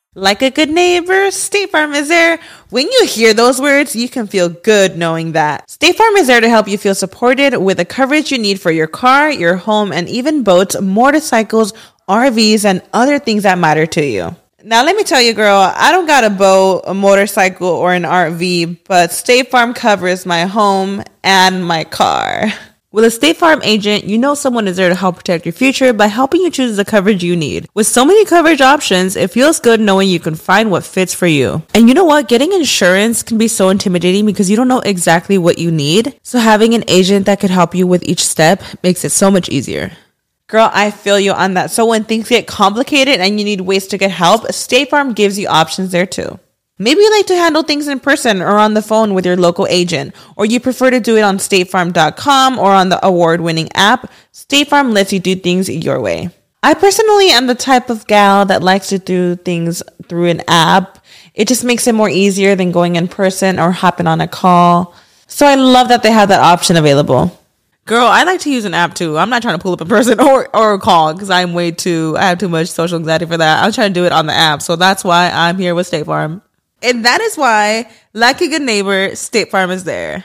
Like a good neighbor, State Farm is there. When you hear those words, you can feel good knowing that. State Farm is there to help you feel supported with the coverage you need for your car, your home, and even boats, motorcycles, RVs, and other things that matter to you. Now, let me tell you, girl, I don't got a boat, a motorcycle, or an RV, but State Farm covers my home and my car. With a State Farm agent, you know someone is there to help protect your future by helping you choose the coverage you need. With so many coverage options, it feels good knowing you can find what fits for you. And you know what? Getting insurance can be so intimidating because you don't know exactly what you need. So having an agent that could help you with each step makes it so much easier. Girl, I feel you on that. So when things get complicated and you need ways to get help, State Farm gives you options there too. Maybe you like to handle things in person or on the phone with your local agent, or you prefer to do it on statefarm.com or on the award-winning app. State Farm lets you do things your way. I personally am the type of gal that likes to do things through an app. It just makes it more easier than going in person or hopping on a call. So I love that they have that option available. Girl, I like to use an app too. I'm not trying to pull up in person or call because I have too much social anxiety for that. I'm trying to do it on the app. So that's why I'm here with State Farm. And that is why, like a good neighbor, State Farm is there.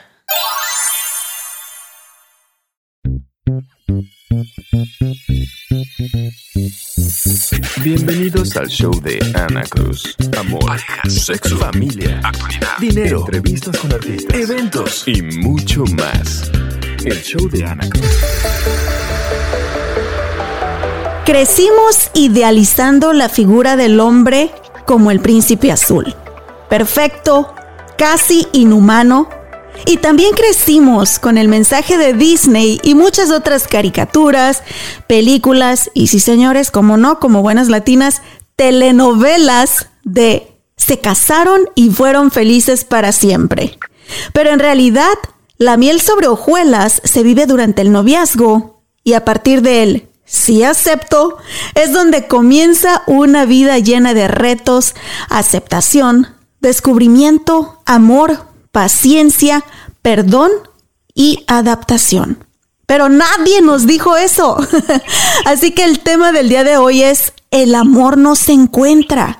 Bienvenidos al show de Ana Cruz. Amor, parejas, sexo, familia, actualidad, dinero, entrevistas con artistas, eventos y mucho más. El show de Ana Cruz. Crecimos idealizando la figura del hombre como el príncipe azul. Perfecto, casi inhumano, y también crecimos con el mensaje de Disney y muchas otras caricaturas, películas y sí señores, como no, como buenas latinas, telenovelas de se casaron y fueron felices para siempre. Pero en realidad, la miel sobre hojuelas se vive durante el noviazgo y a partir de él, sí acepto, es donde comienza una vida llena de retos, aceptación, descubrimiento, amor, paciencia, perdón y adaptación. Pero nadie nos dijo eso. Así que el tema del día de hoy es: el amor no se encuentra,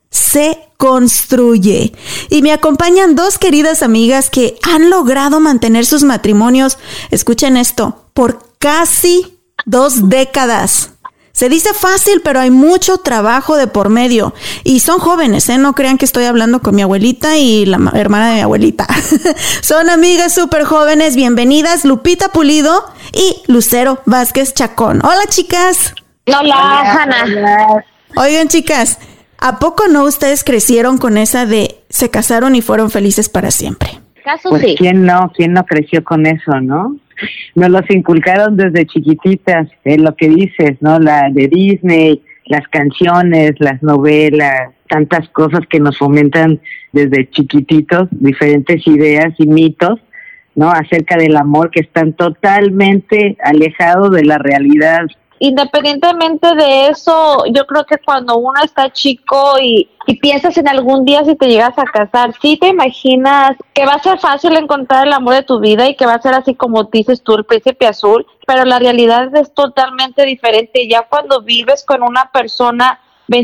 se construye. Y me acompañan dos queridas amigas que han logrado mantener sus matrimonios, escuchen esto, por casi 2 décadas. Se dice fácil, pero hay mucho trabajo de por medio. Y son jóvenes, ¿eh? No crean que estoy hablando con mi abuelita y la hermana de mi abuelita. Son amigas súper jóvenes. Bienvenidas, Lupita Pulido y Lucero Vázquez Chacón. Hola, chicas. Hola, Hanna. Oigan, chicas, ¿a poco no ustedes crecieron con esa de se casaron y fueron felices para siempre? Caso Pues sí. ¿quién no creció con eso, no? Nos los inculcaron desde chiquititas, lo que dices, ¿no? La de Disney, las canciones, las novelas, tantas cosas que nos fomentan desde chiquititos, diferentes ideas y mitos, ¿no? Acerca del amor que están totalmente alejados de la realidad. Independientemente de eso, yo creo que cuando uno está chico y piensas en algún día si te llegas a casar, sí te imaginas que va a ser fácil encontrar el amor de tu vida y que va a ser así como dices tú, el príncipe azul, pero la realidad es totalmente diferente. Ya cuando vives con una persona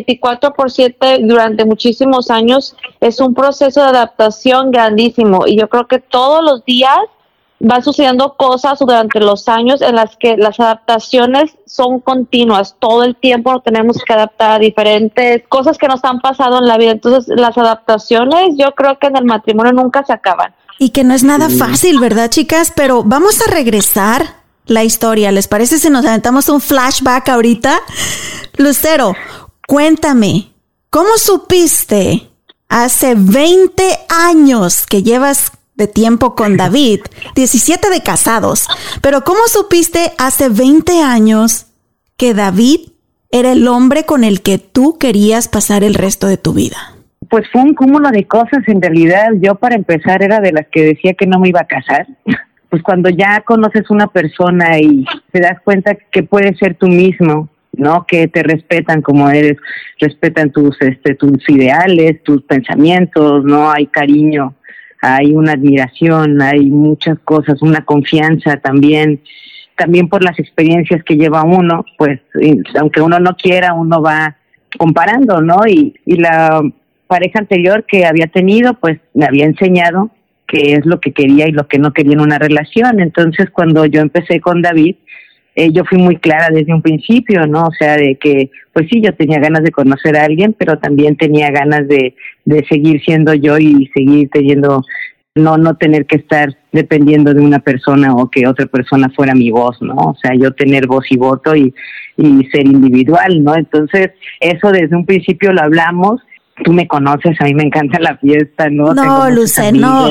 24/7 durante muchísimos años, es un proceso de adaptación grandísimo y yo creo que todos los días van sucediendo cosas durante los años en las que las adaptaciones son continuas. Todo el tiempo nos tenemos que adaptar a diferentes cosas que nos han pasado en la vida. Entonces, las adaptaciones yo creo que en el matrimonio nunca se acaban. Y que no es nada fácil, ¿verdad, chicas? Pero vamos a regresar la historia. ¿Les parece si nos aventamos un flashback ahorita? Lucero, cuéntame, ¿cómo supiste hace 20 años que llevas de tiempo con David, 17 de casados, pero cómo supiste hace 20 años que David era el hombre con el que tú querías pasar el resto de tu vida? Pues fue un cúmulo de cosas en realidad. Yo para empezar era de las que decía que no me iba a casar. Pues cuando ya conoces una persona y te das cuenta que puedes ser tú mismo, ¿no? Que te respetan como eres, respetan tus ideales, tus pensamientos, ¿no? Hay cariño, hay una admiración, hay muchas cosas, una confianza también por las experiencias que lleva uno, pues aunque uno no quiera, uno va comparando, ¿no? Y la pareja anterior que había tenido, pues me había enseñado qué es lo que quería y lo que no quería en una relación. Entonces, cuando yo empecé con David, yo fui muy clara desde un principio, ¿no? O sea, de que, pues sí, yo tenía ganas de conocer a alguien, pero también tenía ganas de seguir siendo yo y seguir teniendo, no tener que estar dependiendo de una persona o que otra persona fuera mi voz, ¿no? O sea, yo tener voz y voto y ser individual, ¿no? Entonces, eso desde un principio lo hablamos. Tú me conoces, a mí me encanta la fiesta, ¿no? No, Luce, no.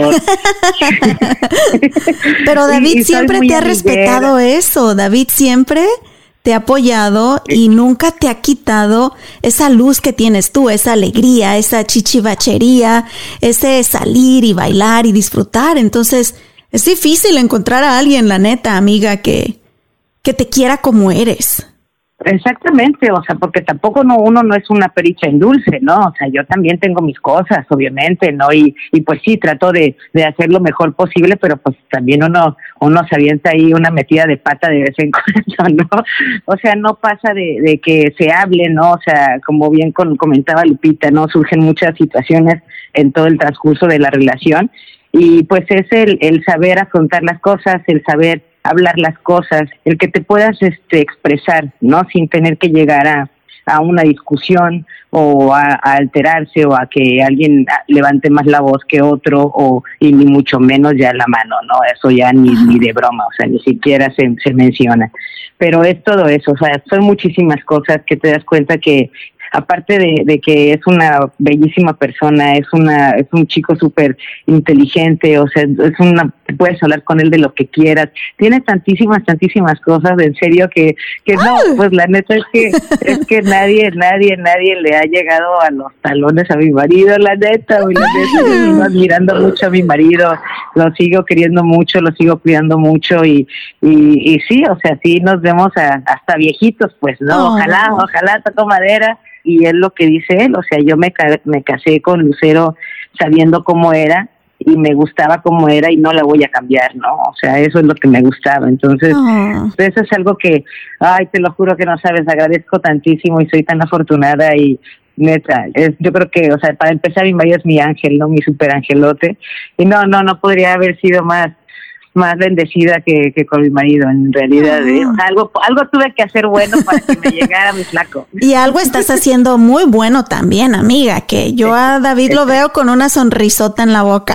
Pero David y siempre te ha respetado eso. David siempre te ha apoyado y nunca te ha quitado esa luz que tienes tú, esa alegría, esa chichivachería, ese salir y bailar y disfrutar. Entonces, es difícil encontrar a alguien, la neta, amiga, que te quiera como eres. Exactamente, o sea, porque tampoco uno no es una pericha en dulce, ¿no? O sea, yo también tengo mis cosas, obviamente, ¿no? Y pues sí, trato de hacer lo mejor posible, pero pues también uno se avienta ahí una metida de pata de vez en cuando, ¿no? O sea, no pasa de que se hable, ¿no? O sea, como bien comentaba Lupita, ¿no? Surgen muchas situaciones en todo el transcurso de la relación y pues es el saber afrontar las cosas, el saber hablar las cosas, el que te puedas expresar, ¿no? Sin tener que llegar a una discusión o a alterarse o a que alguien levante más la voz que otro y ni mucho menos ya la mano, ¿no? Eso ya ni de broma, o sea, ni siquiera se menciona. Pero es todo eso, o sea, son muchísimas cosas que te das cuenta que aparte de que es una bellísima persona, es un chico súper inteligente, o sea, puedes hablar con él de lo que quieras, tiene tantísimas cosas, en serio, que no, pues la neta es que nadie le ha llegado a los talones a mi marido, la neta, yo sigo admirando mucho a mi marido, lo sigo queriendo mucho, lo sigo cuidando mucho y sí, o sea, sí nos vemos hasta viejitos, pues, ¿no? Ojalá toco madera. Y es lo que dice él, o sea, yo me casé con Lucero sabiendo cómo era y me gustaba cómo era y no la voy a cambiar, ¿no? O sea, eso es lo que me gustaba. Entonces, eso es algo que, te lo juro que no sabes, agradezco tantísimo y soy tan afortunada y neta, yo creo que, o sea, para empezar mi marido es mi ángel, ¿no? Mi super angelote y no podría haber sido más bendecida que con mi marido, en realidad. O sea, algo tuve que hacer bueno para que me llegara mi flaco. Y algo estás haciendo muy bueno también, amiga, que yo a David lo veo con una sonrisota en la boca.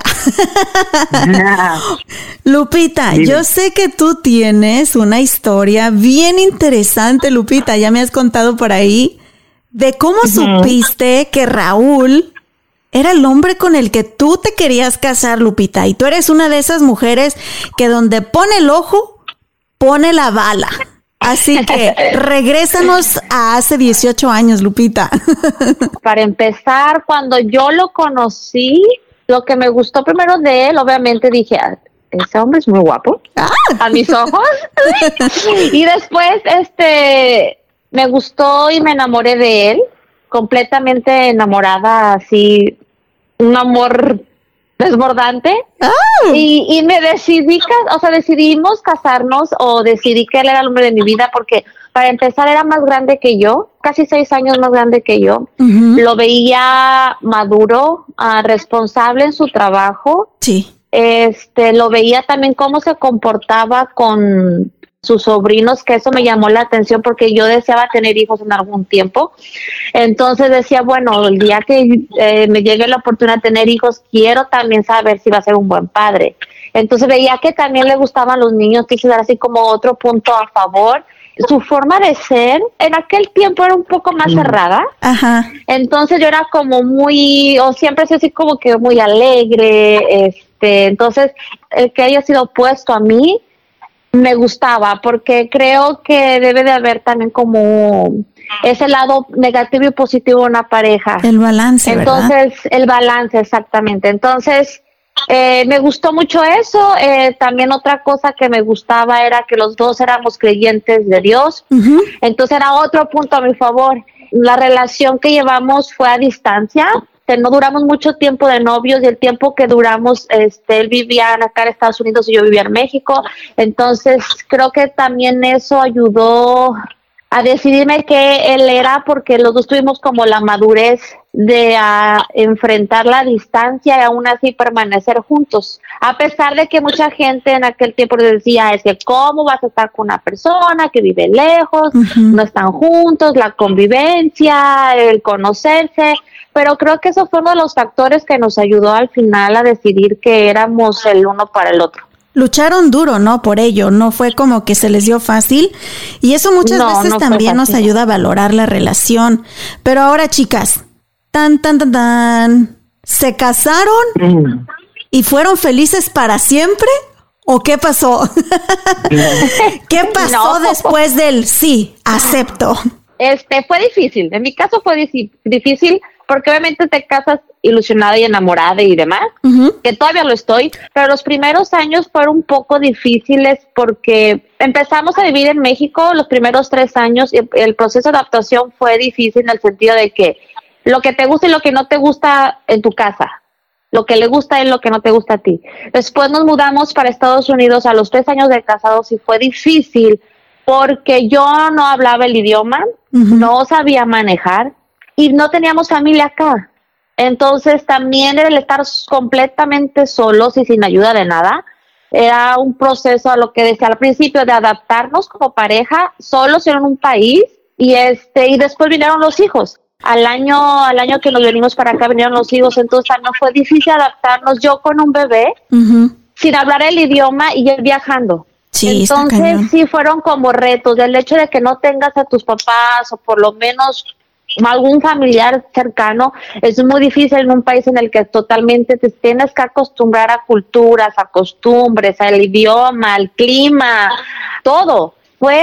Lupita, dime. Yo sé que tú tienes una historia bien interesante, Lupita, ya me has contado por ahí, de cómo supiste que Raúl era el hombre con el que tú te querías casar, Lupita. Y tú eres una de esas mujeres que donde pone el ojo, pone la bala. Así que regrésanos a hace 18 años, Lupita. Para empezar, cuando yo lo conocí, lo que me gustó primero de él, obviamente dije, ese hombre es muy guapo, a mis ojos. Y después, me gustó y me enamoré de él. Completamente enamorada, así, un amor desbordante. Y me decidimos casarnos, o decidí que él era el hombre de mi vida, porque para empezar era más grande que yo, casi 6 años más grande que yo. Lo veía maduro, responsable en su trabajo. Sí. Lo veía también cómo se comportaba con sus sobrinos, que eso me llamó la atención porque yo deseaba tener hijos en algún tiempo. Entonces decía, bueno, el día que me llegue la oportunidad de tener hijos, quiero también saber si va a ser un buen padre. Entonces veía que también le gustaban los niños, quise dar así como otro punto a favor. Su forma de ser en aquel tiempo era un poco más cerrada. Ajá. Entonces yo era como siempre así como que muy alegre. Entonces el que haya sido opuesto a mí me gustaba, porque creo que debe de haber también como ese lado negativo y positivo en una pareja. El balance, entonces, ¿verdad? El balance, exactamente. Entonces, me gustó mucho eso. También otra cosa que me gustaba era que los dos éramos creyentes de Dios. Entonces era otro punto a mi favor. La relación que llevamos fue a distancia. No duramos mucho tiempo de novios, y el tiempo que duramos, él vivía acá en Estados Unidos y yo vivía en México. Entonces creo que también eso ayudó a decidirme que él era, porque los dos tuvimos como la madurez de enfrentar la distancia y aún así permanecer juntos. A pesar de que mucha gente en aquel tiempo decía, es que cómo vas a estar con una persona que vive lejos, no están juntos, la convivencia, el conocerse, pero creo que eso fue uno de los factores que nos ayudó al final a decidir que éramos el uno para el otro. Lucharon duro, ¿no? Por ello, no fue como que se les dio fácil, y eso muchas veces también nos ayuda a valorar la relación. Pero ahora, chicas, ¿se casaron y fueron felices para siempre? ¿O qué pasó? ¿Qué pasó después del sí, acepto? Fue difícil, en mi caso fue difícil, porque obviamente te casas ilusionada y enamorada y demás, que todavía lo estoy, pero los primeros años fueron un poco difíciles porque empezamos a vivir en México los primeros 3 años y el proceso de adaptación fue difícil en el sentido de que lo que te gusta y lo que no te gusta en tu casa, lo que le gusta es lo que no te gusta a ti. Después nos mudamos para Estados Unidos a los 3 años de casados y fue difícil porque yo no hablaba el idioma, no sabía manejar y no teníamos familia acá. Entonces también era el estar completamente solos y sin ayuda de nada. Era un proceso, a lo que decía al principio, de adaptarnos como pareja, solos en un país, y después vinieron los hijos. Al año que nos venimos para acá vinieron los hijos, entonces también fue difícil adaptarnos, yo con un bebé, sin hablar el idioma y él viajando. Sí, entonces sí fueron como retos, del hecho de que no tengas a tus papás o por lo menos algún familiar cercano, es muy difícil en un país en el que totalmente te tienes que acostumbrar a culturas, a costumbres, al idioma, al clima, todo. Fue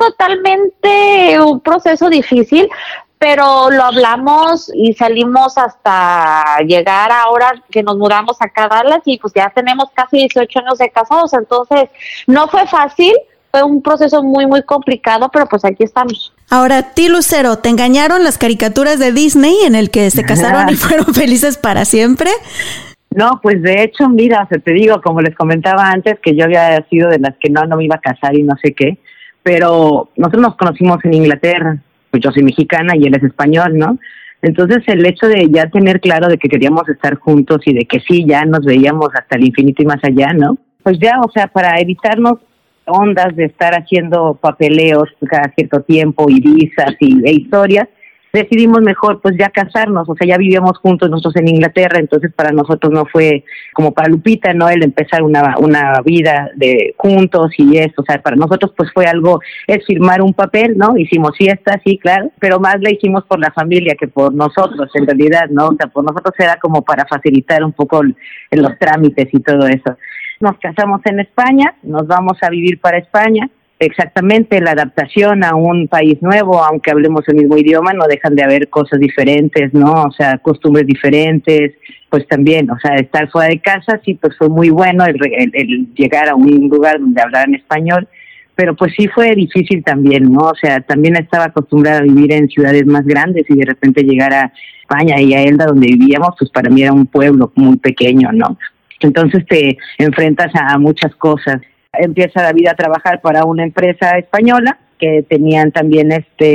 totalmente un proceso difícil, pero lo hablamos y salimos hasta llegar ahora que nos mudamos acá a Dallas y pues ya tenemos casi 18 años de casados, entonces no fue fácil. Fue un proceso muy, muy complicado, pero pues aquí estamos. Ahora, a ti, Lucero, ¿te engañaron las caricaturas de Disney en el que se casaron y fueron felices para siempre? No, pues de hecho, mira, o sea, te digo, como les comentaba antes, que yo había sido de las que no me iba a casar y no sé qué, pero nosotros nos conocimos en Inglaterra, pues yo soy mexicana y él es español, ¿no? Entonces el hecho de ya tener claro de que queríamos estar juntos y de que sí, ya nos veíamos hasta el infinito y más allá, ¿no? Pues ya, o sea, para evitarnos ondas de estar haciendo papeleos cada cierto tiempo y visas e historias, decidimos mejor pues ya casarnos, o sea, ya vivíamos juntos nosotros en Inglaterra, entonces para nosotros no fue como para Lupita, ¿no? El empezar una vida de juntos y eso, o sea, para nosotros pues fue algo, es firmar un papel, ¿no? Hicimos fiesta, sí, claro, pero más la hicimos por la familia que por nosotros, en realidad, ¿no? O sea, por nosotros era como para facilitar un poco los trámites y todo eso. Nos casamos en España, nos vamos a vivir para España. Exactamente, la adaptación a un país nuevo, aunque hablemos el mismo idioma, no dejan de haber cosas diferentes, ¿no? O sea, costumbres diferentes, pues también, o sea, estar fuera de casa, sí, pues fue muy bueno el llegar a un lugar donde hablaran español, pero pues sí fue difícil también, ¿no? O sea, también estaba acostumbrada a vivir en ciudades más grandes y de repente llegar a España y a Elda, donde vivíamos, pues para mí era un pueblo muy pequeño, ¿no? Entonces te enfrentas a muchas cosas. Empieza David a trabajar para una empresa española que tenían también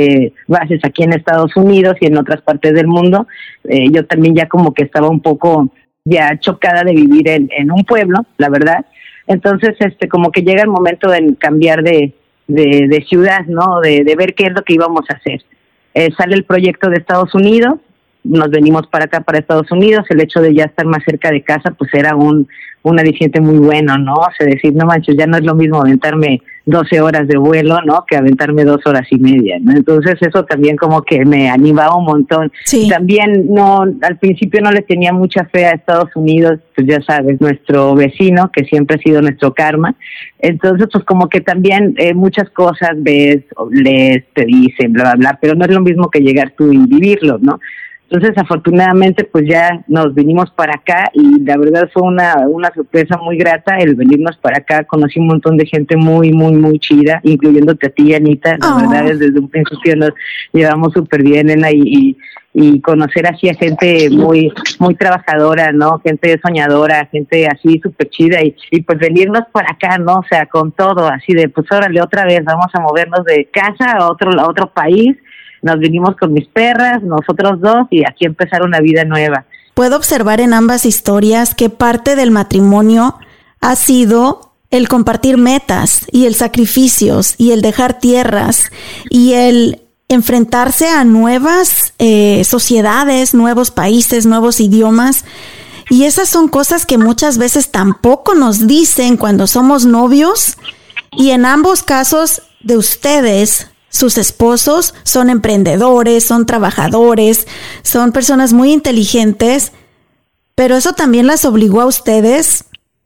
bases aquí en Estados Unidos y en otras partes del mundo. Yo también ya como que estaba un poco ya chocada de vivir en un pueblo, la verdad. Entonces como que llega el momento de cambiar de ciudad, ¿no? De ver qué es lo que íbamos a hacer. Sale el proyecto de Estados Unidos. Nos venimos para acá, para Estados Unidos. El hecho de ya estar más cerca de casa, pues era un aliciente muy bueno, ¿no? O sea, decir, no manches, ya no es lo mismo aventarme 12 horas de vuelo, ¿no? Que aventarme 2 horas y media, ¿no? Entonces eso también como que me animaba un montón. Sí. También al principio no le tenía mucha fe a Estados Unidos, pues ya sabes, nuestro vecino, que siempre ha sido nuestro karma. Entonces, pues como que también muchas cosas ves, lees, te dicen, bla, bla, bla, pero no es lo mismo que llegar tú y vivirlo, ¿no? Entonces, afortunadamente, pues ya nos vinimos para acá y la verdad fue una sorpresa muy grata el venirnos para acá. Conocí un montón de gente muy, muy, muy chida, incluyéndote a ti, Anita. La verdad es desde un principio nos llevamos súper bien, Elena, y conocer así a gente muy, muy trabajadora, ¿no? Gente soñadora, gente así súper chida y pues venirnos para acá, ¿no? O sea, con todo, así de, pues órale, otra vez, vamos a movernos de casa a otro país. Nos vinimos con mis perras, nosotros dos, y aquí empezar una vida nueva. Puedo observar en ambas historias que parte del matrimonio ha sido el compartir metas y el sacrificios y el dejar tierras y el enfrentarse a nuevas sociedades, nuevos países, nuevos idiomas. Y esas son cosas que muchas veces tampoco nos dicen cuando somos novios. Y en ambos casos de ustedes, sus esposos son emprendedores, son trabajadores, son personas muy inteligentes, pero eso también las obligó a ustedes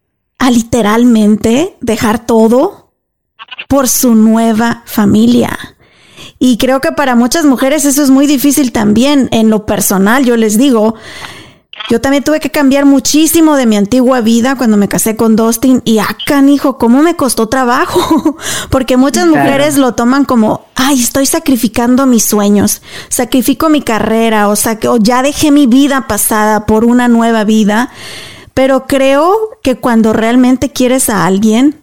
a literalmente dejar todo por su nueva familia. Y creo que para muchas mujeres eso es muy difícil también. En lo personal, yo les digo, yo también tuve que cambiar muchísimo de mi antigua vida cuando me casé con Dustin y canijo, cómo me costó trabajo, porque muchas mujeres lo toman como, ay, estoy sacrificando mis sueños, sacrifico mi carrera, o ya dejé mi vida pasada por una nueva vida, pero creo que cuando realmente quieres a alguien,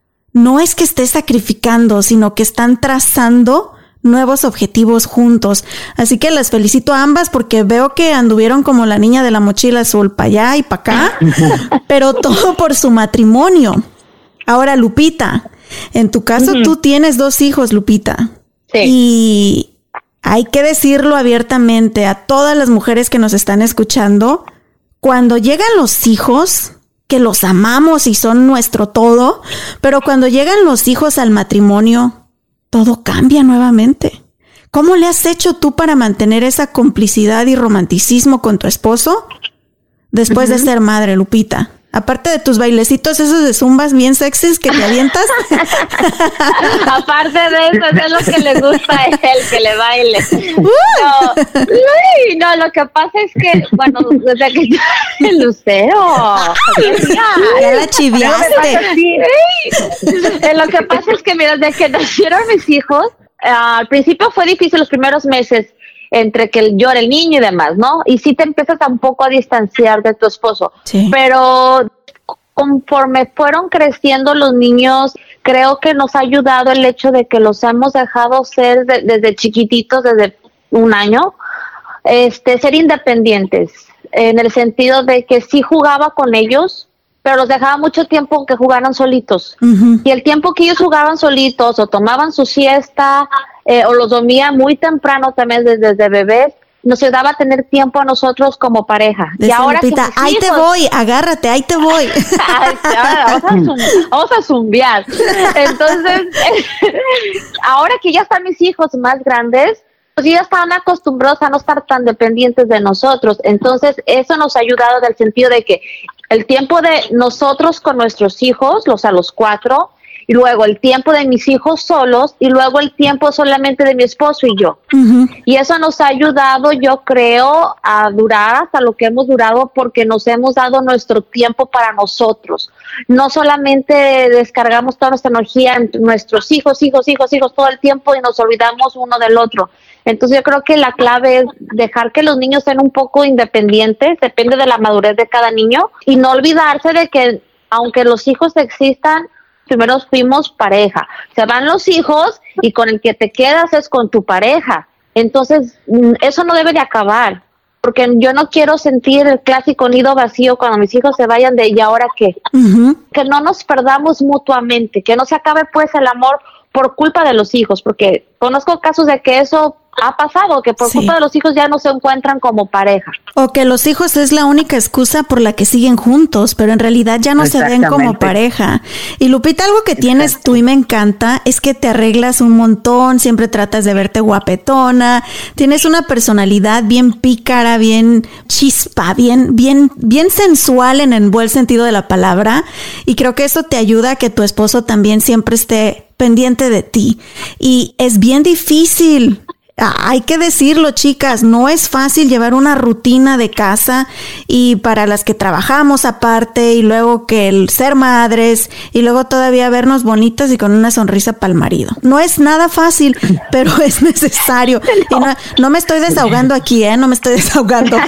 no es que estés sacrificando, sino que están trazando nuevos objetivos juntos. Así que las felicito a ambas porque veo que anduvieron como la niña de la mochila azul para allá y para acá, pero todo por su matrimonio. Ahora, Lupita, en tu caso tú tienes 2 hijos, Lupita. Sí. Y hay que decirlo abiertamente a todas las mujeres que nos están escuchando, cuando llegan los hijos, que los amamos y son nuestro todo, pero cuando llegan los hijos al matrimonio, todo cambia nuevamente. ¿Cómo le has hecho tú para mantener esa complicidad y romanticismo con tu esposo después de ser madre, Lupita? Aparte de tus bailecitos esos de zumbas bien sexys que te avientas. Aparte de eso, eso es lo que le gusta a él, que le baile. No, lo que pasa es que, bueno, desde que yo el lucero. Ya la chiviaste. Lo que pasa es que, mira, desde que nacieron mis hijos, al principio fue difícil los primeros meses, entre que llora el niño y demás, ¿no? Y sí te empiezas un poco a distanciar de tu esposo. Sí. Pero conforme fueron creciendo los niños, creo que nos ha ayudado el hecho de que los hemos dejado ser desde chiquititos, desde 1 año, ser independientes, en el sentido de que sí jugaba con ellos, pero los dejaba mucho tiempo que jugaran solitos. Y el tiempo que ellos jugaban solitos o tomaban su siesta, o los dormía muy temprano también desde bebés, nos ayudaba a tener tiempo a nosotros como pareja. Y ahora Lupita, ahí hijos, te voy, agárrate, ahí te voy. Vamos a zumbiar. Entonces, ahora que ya están mis hijos más grandes, pues ya están acostumbrados a no estar tan dependientes de nosotros. Entonces, eso nos ha ayudado en el sentido de que el tiempo de nosotros con nuestros hijos, a los 4, y luego el tiempo de mis hijos solos, y luego el tiempo solamente de mi esposo y yo. Y eso nos ha ayudado, yo creo, a durar hasta lo que hemos durado, porque nos hemos dado nuestro tiempo para nosotros. No solamente descargamos toda nuestra energía en nuestros hijos todo el tiempo y nos olvidamos uno del otro. Entonces yo creo que la clave es dejar que los niños sean un poco independientes, depende de la madurez de cada niño, y no olvidarse de que aunque los hijos existan, primero fuimos pareja. Se van los hijos y con el que te quedas es con tu pareja. Entonces, eso no debe de acabar, porque yo no quiero sentir el clásico nido vacío cuando mis hijos se vayan de ¿y ahora qué? Que no nos perdamos mutuamente, que no se acabe pues el amor por culpa de los hijos, porque conozco casos de que eso ha pasado, que por culpa de los hijos ya no se encuentran como pareja. O que los hijos es la única excusa por la que siguen juntos, pero en realidad ya no se ven como pareja. Y Lupita, algo que tienes tú y me encanta es que te arreglas un montón, siempre tratas de verte guapetona, tienes una personalidad bien pícara, bien chispa, bien sensual en el buen sentido de la palabra, y creo que eso te ayuda a que tu esposo también siempre esté pendiente de ti. Y es bien difícil Hay que decirlo, chicas, no es fácil llevar una rutina de casa y para las que trabajamos aparte y luego que el ser madres y luego todavía vernos bonitas y con una sonrisa para el marido. No es nada fácil, pero es necesario. Y no me estoy desahogando aquí, no me estoy desahogando.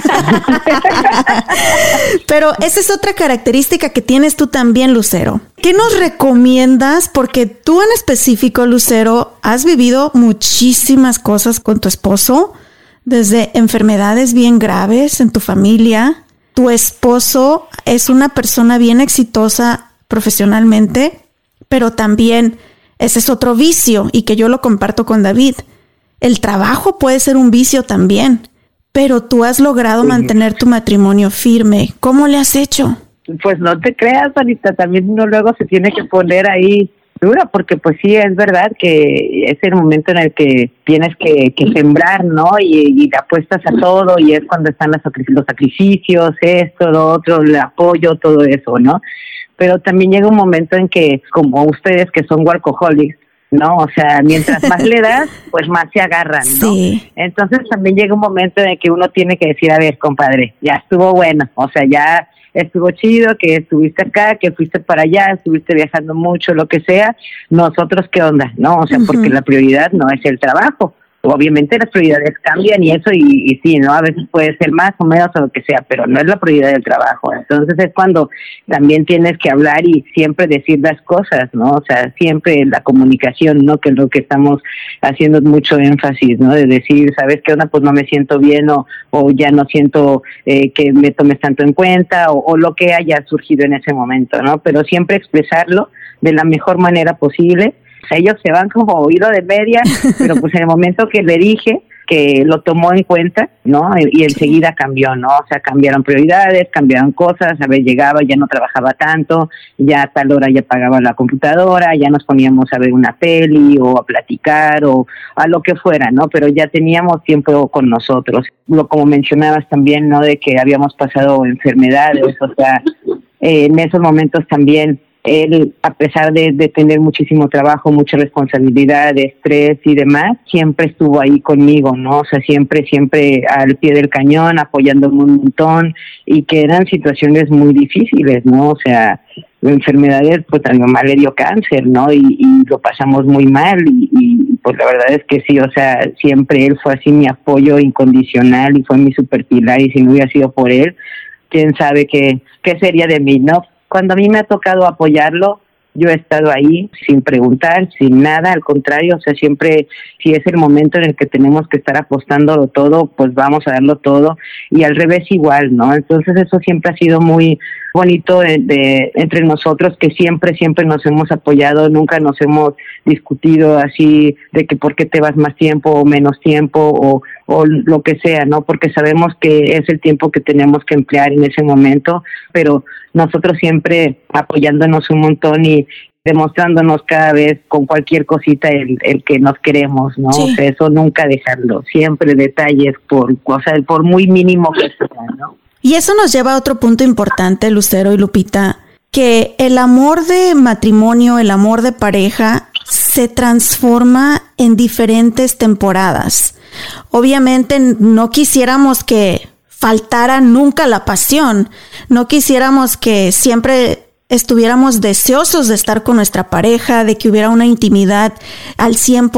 Pero esa es otra característica que tienes tú también, Lucero. ¿Qué nos recomiendas? Porque tú en específico, Lucero, has vivido muchísimas cosas con tu esposo, desde enfermedades bien graves en tu familia. Tu esposo es una persona bien exitosa profesionalmente, pero también ese es otro vicio y que yo lo comparto con David. El trabajo puede ser un vicio también, pero tú has logrado mantener tu matrimonio firme. ¿Cómo le has hecho? Pues no te creas, Anita, también uno luego se tiene que poner ahí dura, porque pues sí, es verdad que es el momento en el que tienes que sembrar, ¿no? Y te apuestas a todo, y es cuando están los sacrificios, esto, lo otro, el apoyo, todo eso, ¿no? Pero también llega un momento en que, como ustedes que son workaholics, ¿no? O sea, mientras más le das, pues más se agarran, ¿no? Sí. Entonces también llega un momento en el que uno tiene que decir, a ver, compadre, ya estuvo bueno, o sea, ya estuvo chido que estuviste acá, que fuiste para allá, estuviste viajando mucho, lo que sea, nosotros qué onda, ¿no? O sea, porque la prioridad no es el trabajo. Obviamente las prioridades cambian y eso, y sí, ¿no? A veces puede ser más o menos o lo que sea, pero no es la prioridad del trabajo. Entonces es cuando también tienes que hablar y siempre decir las cosas, ¿no? O sea, siempre la comunicación, ¿no? Que es lo que estamos haciendo mucho énfasis, ¿no? De decir, ¿sabes qué onda? Pues no me siento bien o ya no siento que me tomes tanto en cuenta o lo que haya surgido en ese momento, ¿no? Pero siempre expresarlo de la mejor manera posible. O sea, ellos se van como oído de media, pero pues en el momento que le dije que lo tomó en cuenta, ¿no? Y enseguida cambió, ¿no? O sea, cambiaron prioridades, cambiaron cosas, a ver, llegaba, ya no trabajaba tanto, ya a tal hora ya pagaba la computadora, ya nos poníamos a ver una peli o a platicar o a lo que fuera, ¿no? Pero ya teníamos tiempo con nosotros. Como mencionabas también, ¿no? De que habíamos pasado enfermedades, o sea, en esos momentos también él, a pesar de tener muchísimo trabajo, mucha responsabilidad, estrés y demás, siempre estuvo ahí conmigo, ¿no? O sea, siempre al pie del cañón, apoyándome un montón, y que eran situaciones muy difíciles, ¿no? O sea, enfermedades, pues a mi mamá le dio cáncer, ¿no? Y lo pasamos muy mal y pues la verdad es que sí, o sea, siempre él fue así mi apoyo incondicional y fue mi super pilar, y si no hubiera sido por él, quién sabe qué sería de mí, ¿no? Cuando a mí me ha tocado apoyarlo, yo he estado ahí sin preguntar, sin nada, al contrario, o sea, siempre, si es el momento en el que tenemos que estar apostándolo todo, pues vamos a darlo todo, y al revés igual, ¿no? Entonces eso siempre ha sido muy bonito entre nosotros, que siempre nos hemos apoyado, nunca nos hemos discutido así de que por qué te vas más tiempo o menos tiempo o lo que sea, ¿no? Porque sabemos que es el tiempo que tenemos que emplear en ese momento, pero nosotros siempre apoyándonos un montón y demostrándonos cada vez con cualquier cosita el que nos queremos, ¿no? Sí. O sea, eso nunca dejarlo, siempre detalles por muy mínimo que sea, ¿no? Y eso nos lleva a otro punto importante, Lucero y Lupita, que el amor de matrimonio, el amor de pareja, se transforma en diferentes temporadas. Obviamente no quisiéramos que faltara nunca la pasión, no quisiéramos que siempre estuviéramos deseosos de estar con nuestra pareja, de que hubiera una intimidad al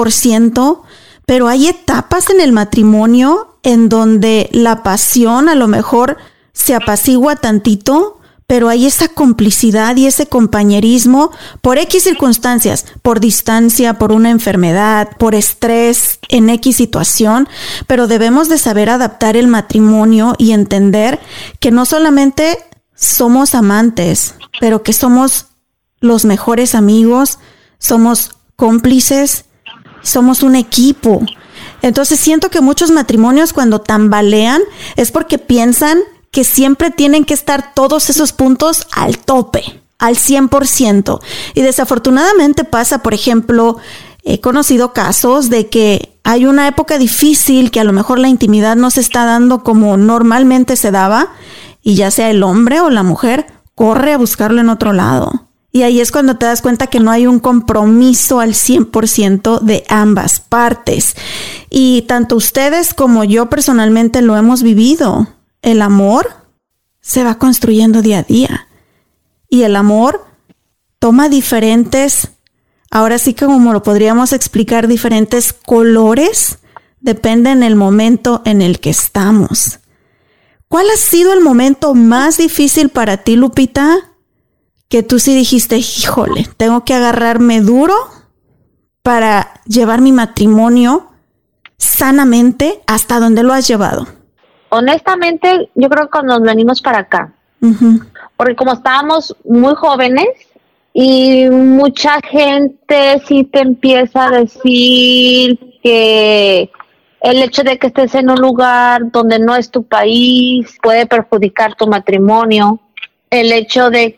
100%, pero hay etapas en el matrimonio en donde la pasión a lo mejor se apacigua tantito, pero hay esa complicidad y ese compañerismo por X circunstancias, por distancia, por una enfermedad, por estrés en X situación, pero debemos de saber adaptar el matrimonio y entender que no solamente somos amantes, pero que somos los mejores amigos, somos cómplices, somos un equipo. Entonces siento que muchos matrimonios cuando tambalean es porque piensan que siempre tienen que estar todos esos puntos al tope, al 100%. Y desafortunadamente pasa, por ejemplo, he conocido casos de que hay una época difícil que a lo mejor la intimidad no se está dando como normalmente se daba, y ya sea el hombre o la mujer corre a buscarlo en otro lado. Y ahí es cuando te das cuenta que no hay un compromiso al 100% de ambas partes. Y tanto ustedes como yo personalmente lo hemos vivido. El amor se va construyendo día a día. Y el amor toma diferentes, ahora sí que como lo podríamos explicar, diferentes colores. Depende en el momento en el que estamos. ¿Cuál ha sido el momento más difícil para ti, Lupita? Que tú sí dijiste, híjole, tengo que agarrarme duro para llevar mi matrimonio sanamente hasta donde lo has llevado. Honestamente, yo creo que cuando nos venimos para acá, porque como estábamos muy jóvenes y mucha gente sí te empieza a decir que el hecho de que estés en un lugar donde no es tu país puede perjudicar tu matrimonio. El hecho de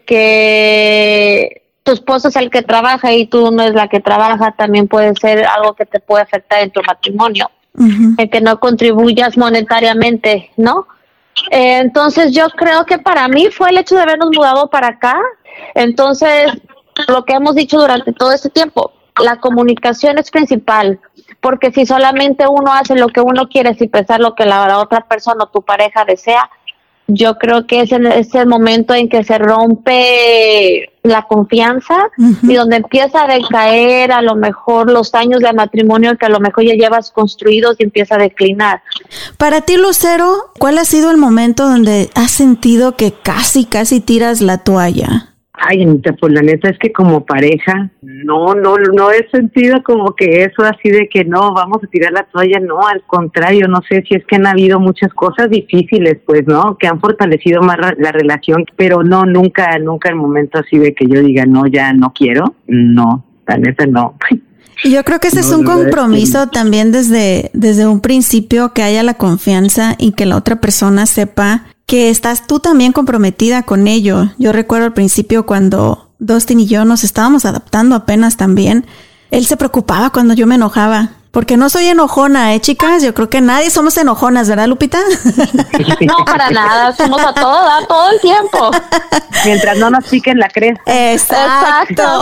que tu esposo es el que trabaja y tú no es la que trabaja también puede ser algo que te puede afectar en tu matrimonio. El que no contribuyas monetariamente, ¿no? Entonces yo creo que para mí fue el hecho de habernos mudado para acá. Entonces, lo que hemos dicho durante todo este tiempo, la comunicación es principal, porque si solamente uno hace lo que uno quiere sin pensar lo que la otra persona o tu pareja desea, yo creo que es el momento en que se rompe la confianza y donde empieza a decaer a lo mejor los años de matrimonio que a lo mejor ya llevas construidos y empieza a declinar. Para ti, Lucero, ¿cuál ha sido el momento donde has sentido que casi tiras la toalla? Ay, Anita, pues la neta es que como pareja, no he sentido como que eso así de que no, vamos a tirar la toalla, no, al contrario, no sé si es que han habido muchas cosas difíciles, pues, ¿no? Que han fortalecido más la relación, pero no, nunca el momento así de que yo diga, no, ya no quiero, no, la neta no. Y yo creo que ese es un compromiso también desde un principio, que haya la confianza y que la otra persona sepa que estás tú también comprometida con ello. Yo recuerdo al principio cuando Dustin y yo nos estábamos adaptando apenas también, él se preocupaba cuando yo me enojaba. Porque no soy enojona, chicas. Yo creo que nadie somos enojonas, ¿verdad, Lupita? No, para nada. Somos a todo el tiempo. Mientras no nos piquen la cresta. Exacto.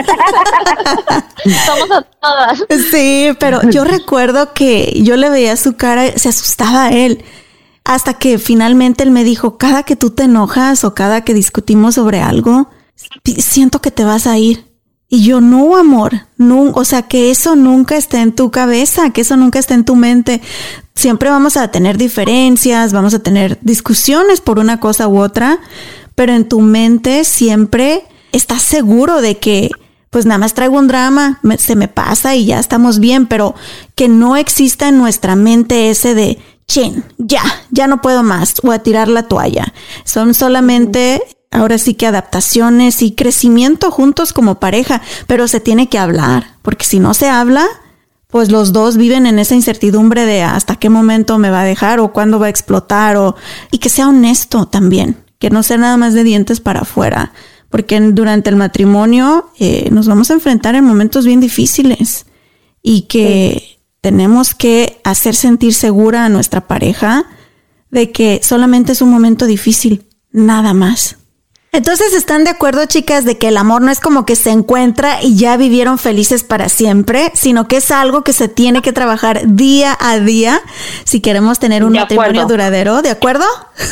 Somos a todas. Sí, pero yo recuerdo que yo le veía su cara, se asustaba a él. Hasta que finalmente él me dijo, cada que tú te enojas o cada que discutimos sobre algo, siento que te vas a ir. Y yo, no, amor, no, o sea, que eso nunca esté en tu cabeza, que eso nunca esté en tu mente. Siempre vamos a tener diferencias, vamos a tener discusiones por una cosa u otra, pero en tu mente siempre estás seguro de que pues nada más traigo un drama, se me pasa y ya estamos bien, pero que no exista en nuestra mente ese de chin, ya no puedo más, o a tirar la toalla. Son solamente, ahora sí que adaptaciones y crecimiento juntos como pareja, pero se tiene que hablar, porque si no se habla, pues los dos viven en esa incertidumbre de hasta qué momento me va a dejar o cuándo va a explotar, y que sea honesto también, que no sea nada más de dientes para afuera, porque durante el matrimonio nos vamos a enfrentar en momentos bien difíciles y que tenemos que hacer sentir segura a nuestra pareja de que solamente es un momento difícil, nada más. Entonces, ¿están de acuerdo, chicas, de que el amor no es como que se encuentra y ya vivieron felices para siempre, sino que es algo que se tiene que trabajar día a día si queremos tener un matrimonio duradero? ¿De acuerdo?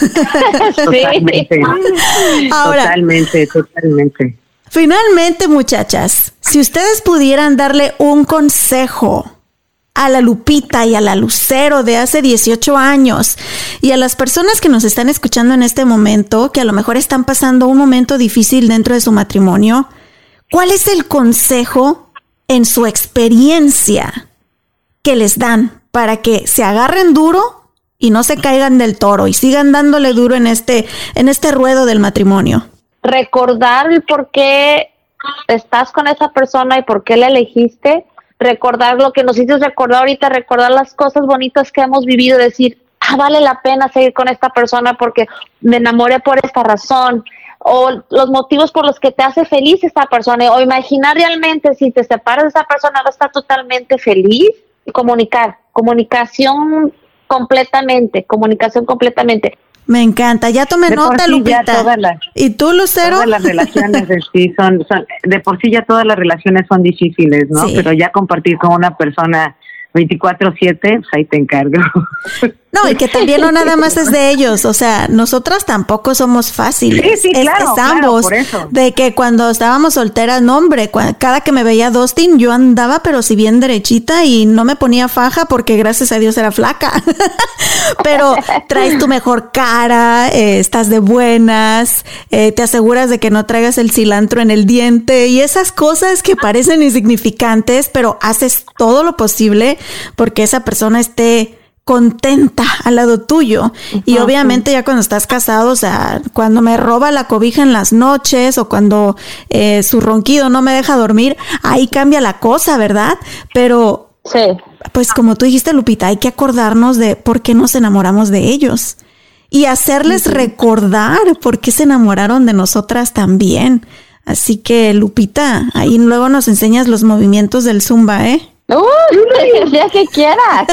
Totalmente. Ahora, totalmente. Finalmente, muchachas, si ustedes pudieran darle un consejo a la Lupita y a la Lucero de hace 18 años y a las personas que nos están escuchando en este momento, que a lo mejor están pasando un momento difícil dentro de su matrimonio, ¿cuál es el consejo en su experiencia que les dan para que se agarren duro y no se caigan del toro y sigan dándole duro en este ruedo del matrimonio? Recordar el por qué estás con esa persona y por qué la elegiste. Recordar lo que nos hiciste recordar ahorita, recordar las cosas bonitas que hemos vivido, decir, vale la pena seguir con esta persona porque me enamoré por esta razón, o los motivos por los que te hace feliz esta persona, o imaginar realmente si te separas de esa persona va a estar totalmente feliz. Comunicación completamente. Me encanta. Ya tomé nota, Lupita. ¿Y tú, Lucero? Todas las relaciones son de por sí ya todas las relaciones son difíciles, ¿no? Sí. Pero ya compartir con una persona 24/7, pues ahí te encargo. No, y que también no nada más es de ellos, o sea, nosotras tampoco somos fáciles. Sí, claro, es ambos, por eso. de que cuando estábamos solteras, no hombre, cada que me veía Dustin, yo andaba pero si bien derechita y no me ponía faja porque gracias a Dios era flaca. Pero traes tu mejor cara, estás de buenas, te aseguras de que no traigas el cilantro en el diente y esas cosas que parecen insignificantes, pero haces todo lo posible porque esa persona esté contenta al lado tuyo. Y obviamente ya cuando estás casado, o sea, cuando me roba la cobija en las noches o cuando su ronquido no me deja dormir, ahí cambia la cosa, ¿verdad? Pero Sí. pues como tú dijiste, Lupita, hay que acordarnos de por qué nos enamoramos de ellos y hacerles recordar por qué se enamoraron de nosotras también. Así que, Lupita, ahí luego nos enseñas los movimientos del Zumba, ¿eh? El día que quieras.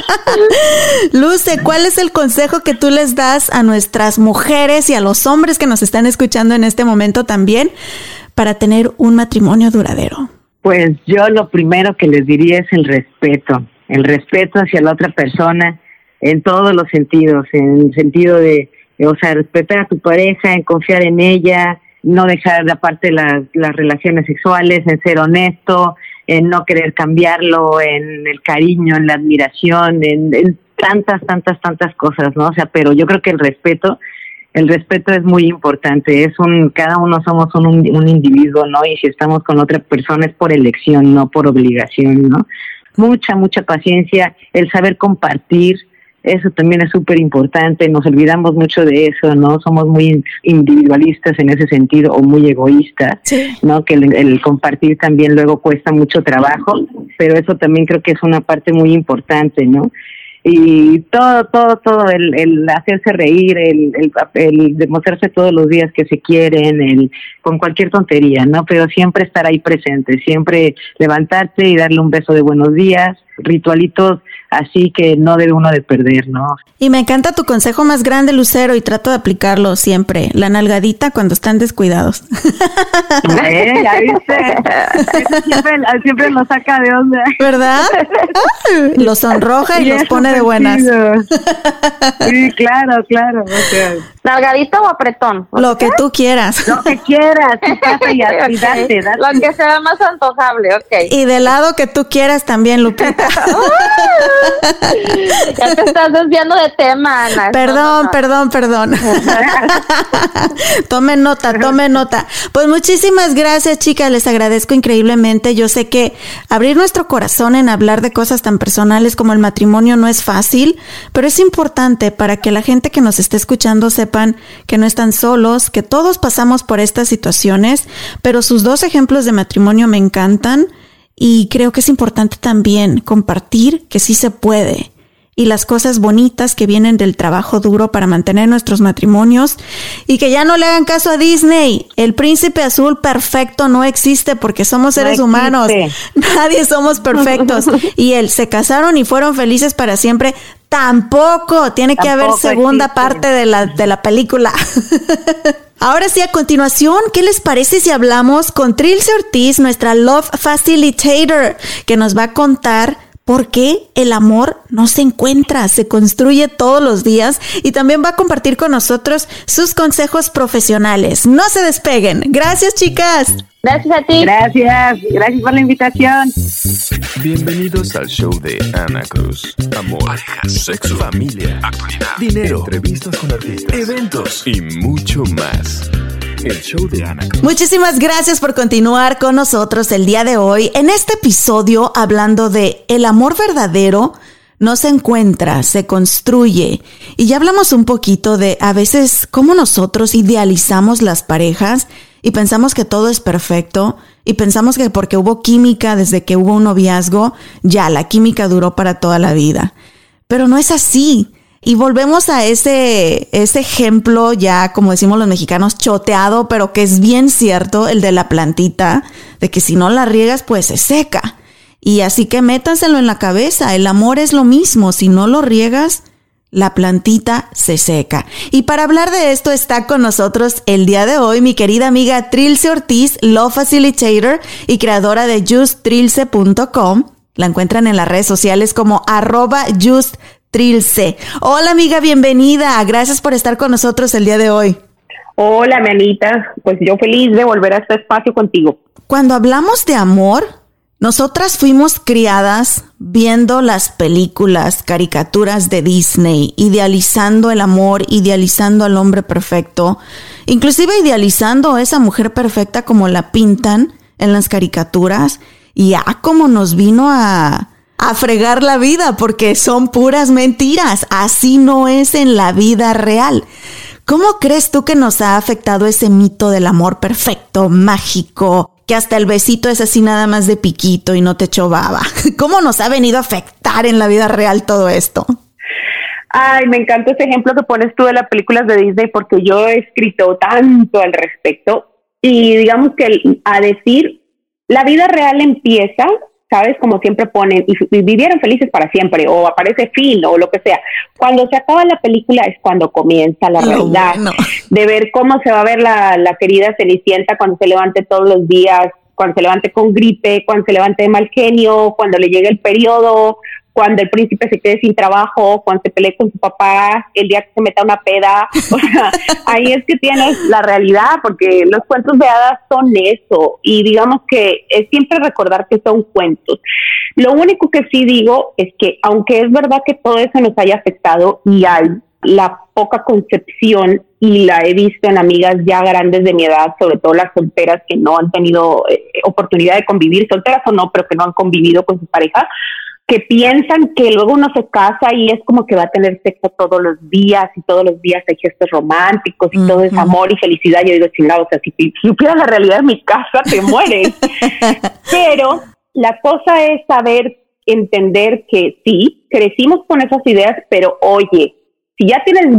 Luce, ¿cuál es el consejo que tú les das a nuestras mujeres y a los hombres que nos están escuchando en este momento también para tener un matrimonio duradero? Pues yo lo primero que les diría es el respeto hacia la otra persona en todos los sentidos, en el sentido de, o sea, respetar a tu pareja, en confiar en ella, no dejar de aparte las relaciones sexuales, en ser honesto, en no querer cambiarlo, en el cariño, en la admiración, en tantas cosas, ¿no? O sea, pero yo creo que el respeto es muy importante. Cada uno somos un individuo, ¿no? Y si estamos con otra persona es por elección, no por obligación, ¿no? Mucha paciencia, el saber compartir, eso también es súper importante. Nos olvidamos mucho de eso, ¿no? Somos muy individualistas en ese sentido o muy egoístas, sí, ¿no? Que el compartir también luego cuesta mucho trabajo, pero eso también creo que es una parte muy importante, ¿no? Y todo, el hacerse reír, el demostrarse todos los días que se quieren, con cualquier tontería, ¿no? Pero siempre estar ahí presente, siempre levantarte y darle un beso de buenos días, ritualitos así que no debe uno de perder, ¿no? Y me encanta tu consejo más grande, Lucero, y trato de aplicarlo siempre, la nalgadita cuando están descuidados. Ya viste, siempre nos saca de onda, ¿verdad? Los sonroja y los pone de buenas. Sí, claro, o sea, ¿nalgadita o apretón? Lo que tú quieras. Lo que quieras, y date. Lo que sea más antojable, Y del lado que tú quieras también, Lupita. Ya te estás desviando de tema, Ana. Perdón. Tome nota. Pues muchísimas gracias, chicas. Les agradezco increíblemente. Yo sé que abrir nuestro corazón en hablar de cosas tan personales como el matrimonio no es fácil, pero es importante para que la gente que nos esté escuchando sepan que no están solos, que todos pasamos por estas situaciones, pero sus 2 ejemplos de matrimonio me encantan. Y creo que es importante también compartir que sí se puede y las cosas bonitas que vienen del trabajo duro para mantener nuestros matrimonios y que ya no le hagan caso a Disney. El príncipe azul perfecto no existe porque somos seres humanos. Nadie somos perfectos. Y se casaron y fueron felices para siempre. Tampoco. Tiene que haber segunda parte de la película. Ahora sí, a continuación, ¿qué les parece si hablamos con Trilce Ortiz, nuestra Love Facilitator, que nos va a contar por qué el amor no se encuentra, se construye todos los días y también va a compartir con nosotros sus consejos profesionales? No se despeguen. Gracias, chicas. Gracias a ti. Gracias por la invitación. Bienvenidos al show de Ana Cruz. Amor, parejas, sexo, familia, actualidad, dinero, entrevistas con artistas, eventos y mucho más. El show de Ana Cruz. Muchísimas gracias por continuar con nosotros el día de hoy en este episodio hablando de el amor verdadero no se encuentra, se construye. Y ya hablamos un poquito de a veces cómo nosotros idealizamos las parejas y pensamos que todo es perfecto y pensamos que porque hubo química desde que hubo un noviazgo, ya la química duró para toda la vida. Pero no es así. Y volvemos a ese ejemplo ya, como decimos los mexicanos, choteado, pero que es bien cierto, el de la plantita, de que si no la riegas, pues se seca. Y así que métanselo en la cabeza, el amor es lo mismo, si no lo riegas, la plantita se seca. Y para hablar de esto está con nosotros el día de hoy mi querida amiga Trilce Ortiz, Law Facilitator y creadora de justtrilce.com. La encuentran en las redes sociales como @justtrilce. Hola amiga, bienvenida. Gracias por estar con nosotros el día de hoy. Hola, mi Anita. Pues yo feliz de volver a este espacio contigo. Cuando hablamos de amor, nosotras fuimos criadas viendo las películas, caricaturas de Disney, idealizando el amor, idealizando al hombre perfecto, inclusive idealizando a esa mujer perfecta como la pintan en las caricaturas, y como nos vino a fregar la vida, porque son puras mentiras. Así no es en la vida real. ¿Cómo crees tú que nos ha afectado ese mito del amor perfecto, mágico, que hasta el besito es así nada más de piquito y no te echó baba? ¿Cómo nos ha venido a afectar en la vida real todo esto? Ay, me encanta ese ejemplo que pones tú de las películas de Disney, porque yo he escrito tanto al respecto, y digamos que a decir, la vida real empieza, ¿sabes? Como siempre ponen, y vivieron felices para siempre, o aparece fin, o lo que sea. Cuando se acaba la película es cuando comienza la realidad, bueno, de ver cómo se va a ver la querida Cenicienta cuando se levante todos los días, cuando se levante con gripe, cuando se levante de mal genio, cuando le llegue el periodo, cuando el príncipe se quede sin trabajo, cuando se pelee con su papá, el día que se meta una peda. O sea, ahí es que tienes la realidad, porque los cuentos de hadas son eso, y digamos que es siempre recordar que son cuentos. Lo único que sí digo es que, aunque es verdad que todo eso nos haya afectado, y hay la poca concepción, y la he visto en amigas ya grandes de mi edad, sobre todo las solteras que no han tenido oportunidad de convivir, solteras o no, pero que no han convivido con su pareja, que piensan que luego uno se casa y es como que va a tener sexo todos los días, y todos los días hay gestos románticos y todo es amor y felicidad. Yo digo, chingado, o sea, si supieras la realidad de mi casa, te mueres. Pero la cosa es saber entender que sí, crecimos con esas ideas, pero oye, si ya tienes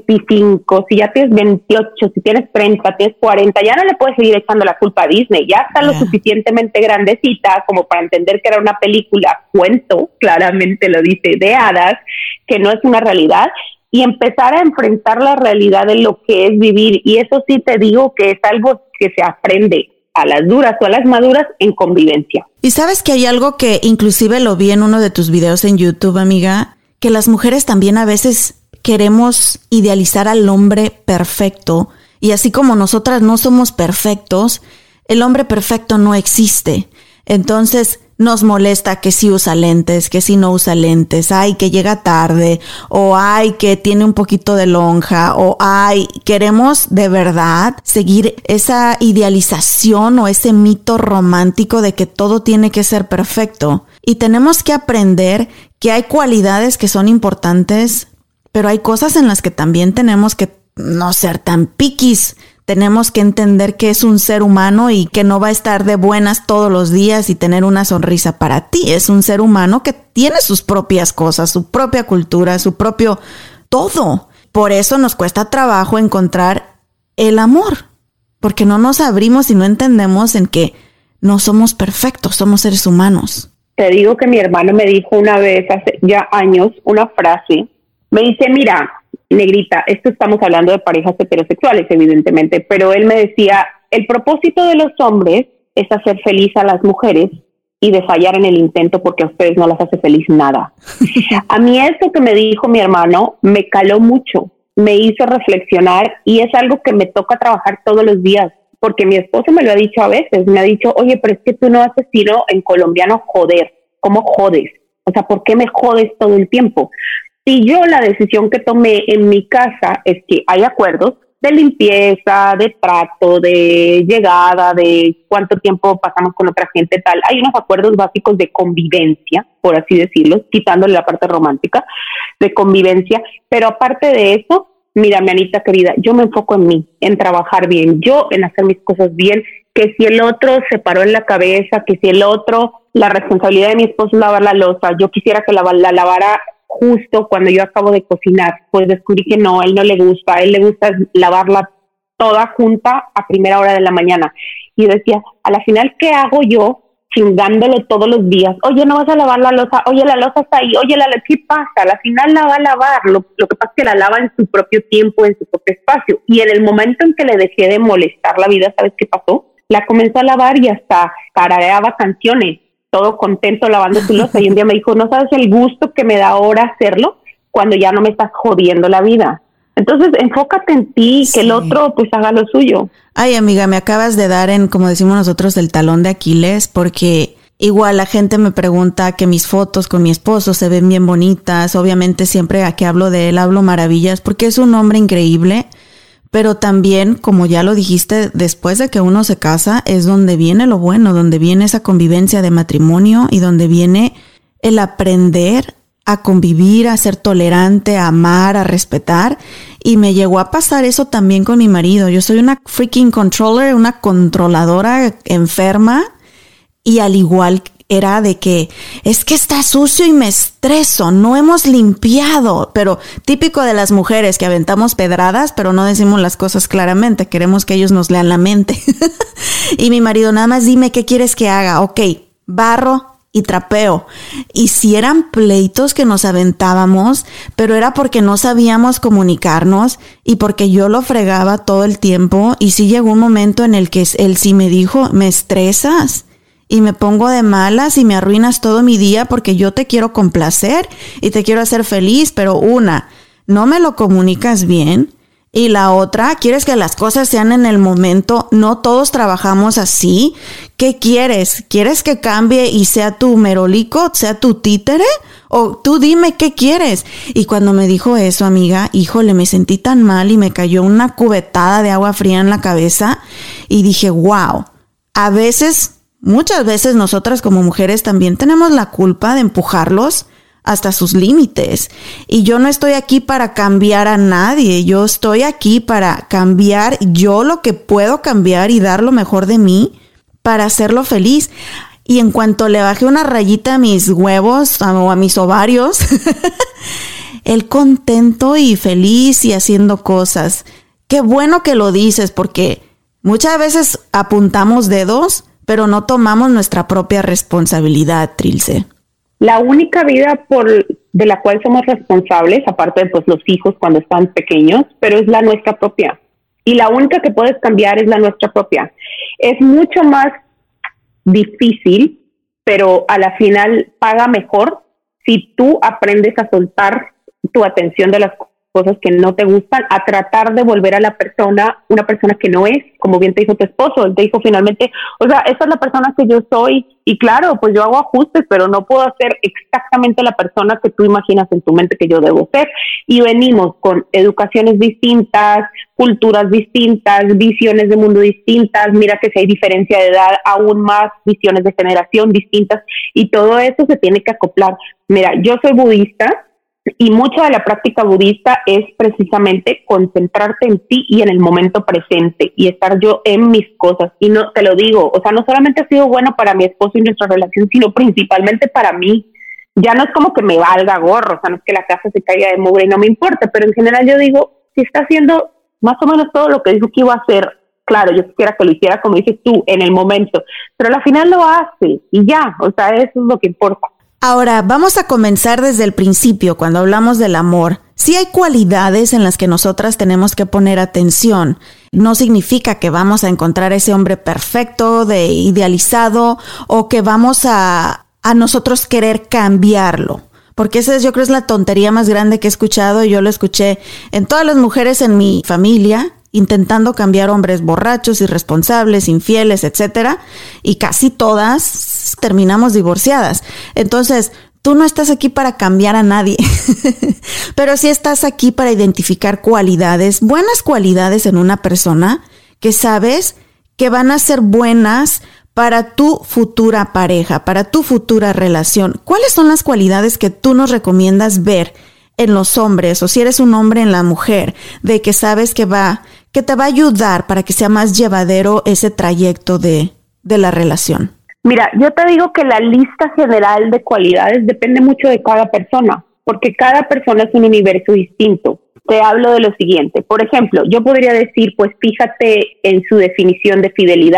25, si ya tienes 28, si tienes 30, tienes 40, ya no le puedes seguir echando la culpa a Disney. Ya está lo suficientemente grandecita como para entender que era una película, cuento, claramente lo dice, de hadas, que no es una realidad, y empezar a enfrentar la realidad de lo que es vivir. Y eso sí te digo que es algo que se aprende a las duras o a las maduras en convivencia. Y sabes que hay algo que inclusive lo vi en uno de tus videos en YouTube, amiga, que las mujeres también a veces queremos idealizar al hombre perfecto, y así como nosotras no somos perfectos, el hombre perfecto no existe. Entonces nos molesta que sí usa lentes, que sí no usa lentes, ay, que llega tarde, o ay, que tiene un poquito de lonja, o ay, queremos de verdad seguir esa idealización o ese mito romántico de que todo tiene que ser perfecto. Y tenemos que aprender que hay cualidades que son importantes, pero hay cosas en las que también tenemos que no ser tan piquis. Tenemos que entender que es un ser humano y que no va a estar de buenas todos los días y tener una sonrisa para ti. Es un ser humano que tiene sus propias cosas, su propia cultura, su propio todo. Por eso nos cuesta trabajo encontrar el amor, porque no nos abrimos y no entendemos en que no somos perfectos, somos seres humanos. Te digo que mi hermano me dijo una vez, hace ya años, una frase. Me dice, mira, negrita, esto estamos hablando de parejas heterosexuales, evidentemente, pero él me decía, el propósito de los hombres es hacer feliz a las mujeres y de fallar en el intento porque a ustedes no las hace feliz nada. A mí eso que me dijo mi hermano me caló mucho, me hizo reflexionar, y es algo que me toca trabajar todos los días, porque mi esposo me lo ha dicho a veces, me ha dicho, oye, pero es que tú no haces sino en colombiano joder. ¿Cómo jodes? O sea, ¿por qué me jodes todo el tiempo? Y yo la decisión que tomé en mi casa es que hay acuerdos de limpieza, de trato, de llegada, de cuánto tiempo pasamos con otra gente, tal. Hay unos acuerdos básicos de convivencia, por así decirlo, quitándole la parte romántica, de convivencia. Pero aparte de eso, mira, mi Anita querida, yo me enfoco en mí, en trabajar bien, yo en hacer mis cosas bien, que si el otro se paró en la cabeza, que si el otro, la responsabilidad de mi esposo es lavar la loza, yo quisiera que la lavara justo cuando yo acabo de cocinar, pues descubrí que no, a él no le gusta, a él le gusta lavarla toda junta a primera hora de la mañana. Y decía, a la final, ¿qué hago yo chingándolo todos los días. Oye, no vas a lavar la loza. Oye, la loza está ahí. Oye, ¿qué pasa? Al final la va a lavar. Lo que pasa es que la lava en su propio tiempo, en su propio espacio. Y en el momento en que le dejé de molestar la vida, ¿sabes qué pasó? La comenzó a lavar y hasta tarareaba canciones, todo contento lavando su loza. Y un día me dijo, no sabes el gusto que me da ahora hacerlo cuando ya no me estás jodiendo la vida. Entonces, enfócate en ti, que el otro pues haga lo suyo. Ay, amiga, me acabas de dar como decimos nosotros, el talón de Aquiles, porque igual la gente me pregunta que mis fotos con mi esposo se ven bien bonitas. Obviamente siempre a que hablo de él, hablo maravillas, porque es un hombre increíble. Pero también, como ya lo dijiste, después de que uno se casa, es donde viene lo bueno, donde viene esa convivencia de matrimonio y donde viene el aprender a convivir, a ser tolerante, a amar, a respetar. Y me llegó a pasar eso también con mi marido. Yo soy una freaking controller, una controladora enferma. Y al igual era de que es que está sucio y me estreso, no hemos limpiado. Pero típico de las mujeres que aventamos pedradas, pero no decimos las cosas claramente. Queremos que ellos nos lean la mente. Y mi marido, nada más dime qué quieres que haga. Ok, barro y trapeo. Y si eran pleitos que nos aventábamos, pero era porque no sabíamos comunicarnos y porque yo lo fregaba todo el tiempo. Y sí llegó un momento en el que él sí me dijo, me estresas y me pongo de malas y me arruinas todo mi día porque yo te quiero complacer y te quiero hacer feliz, pero una, no me lo comunicas bien. Y la otra, quieres que las cosas sean en el momento. No todos trabajamos así. ¿Qué quieres? ¿Quieres que cambie y sea tu merolico, sea tu títere? O tú dime qué quieres. Y cuando me dijo eso, amiga, híjole, me sentí tan mal y me cayó una cubetada de agua fría en la cabeza. Y dije, wow, muchas veces nosotras como mujeres también tenemos la culpa de empujarlos hasta sus límites. Y yo no estoy aquí para cambiar a nadie. Yo estoy aquí para cambiar yo lo que puedo cambiar y dar lo mejor de mí para hacerlo feliz. Y en cuanto le bajé una rayita a mis huevos o a mis ovarios, él contento y feliz y haciendo cosas. Qué bueno que lo dices, porque muchas veces apuntamos dedos, pero no tomamos nuestra propia responsabilidad, Trilce. La única vida de la cual somos responsables, aparte de pues los hijos cuando están pequeños, pero es la nuestra propia. Y la única que puedes cambiar es la nuestra propia. Es mucho más difícil, pero a la final paga mejor si tú aprendes a soltar tu atención de las cosas que no te gustan, a tratar de volver a la persona, una persona que no es, como bien te dijo tu esposo. Él te dijo finalmente, o sea, esta es la persona que yo soy, y claro, pues yo hago ajustes, pero no puedo ser exactamente la persona que tú imaginas en tu mente que yo debo ser. Y venimos con educaciones distintas, culturas distintas, visiones de mundo distintas. Mira que si hay diferencia de edad, aún más visiones de generación distintas, y todo eso se tiene que acoplar. Mira, yo soy budista, y mucha de la práctica budista es precisamente concentrarte en ti y en el momento presente y estar yo en mis cosas. Y no te lo digo, o sea, no solamente ha sido bueno para mi esposo y nuestra relación, sino principalmente para mí. Ya no es como que me valga gorro, o sea, no es que la casa se caiga de mugre y no me importa, pero en general yo digo, si está haciendo más o menos todo lo que dijo que iba a hacer, claro, yo quisiera que lo hiciera como dices tú, en el momento, pero al final lo hace y ya, o sea, eso es lo que importa. Ahora, vamos a comenzar desde el principio, cuando hablamos del amor. Sí hay cualidades en las que nosotras tenemos que poner atención. No significa que vamos a encontrar ese hombre perfecto, idealizado, o que vamos a nosotros querer cambiarlo. Porque esa yo creo es la tontería más grande que he escuchado, y yo lo escuché en todas las mujeres en mi familia, intentando cambiar hombres borrachos, irresponsables, infieles, etcétera, y casi todas terminamos divorciadas. Entonces, tú no estás aquí para cambiar a nadie, pero sí estás aquí para identificar cualidades, buenas cualidades en una persona que sabes que van a ser buenas para tu futura pareja, para tu futura relación. ¿Cuáles son las cualidades que tú nos recomiendas ver en los hombres, o si eres un hombre en la mujer, de que sabes que te va a ayudar para que sea más llevadero ese trayecto de la relación? Mira, yo te digo que la lista general de cualidades depende mucho de cada persona, porque cada persona es un universo distinto. Te hablo de lo siguiente. Por ejemplo, yo podría decir, pues fíjate en su definición de fidelidad.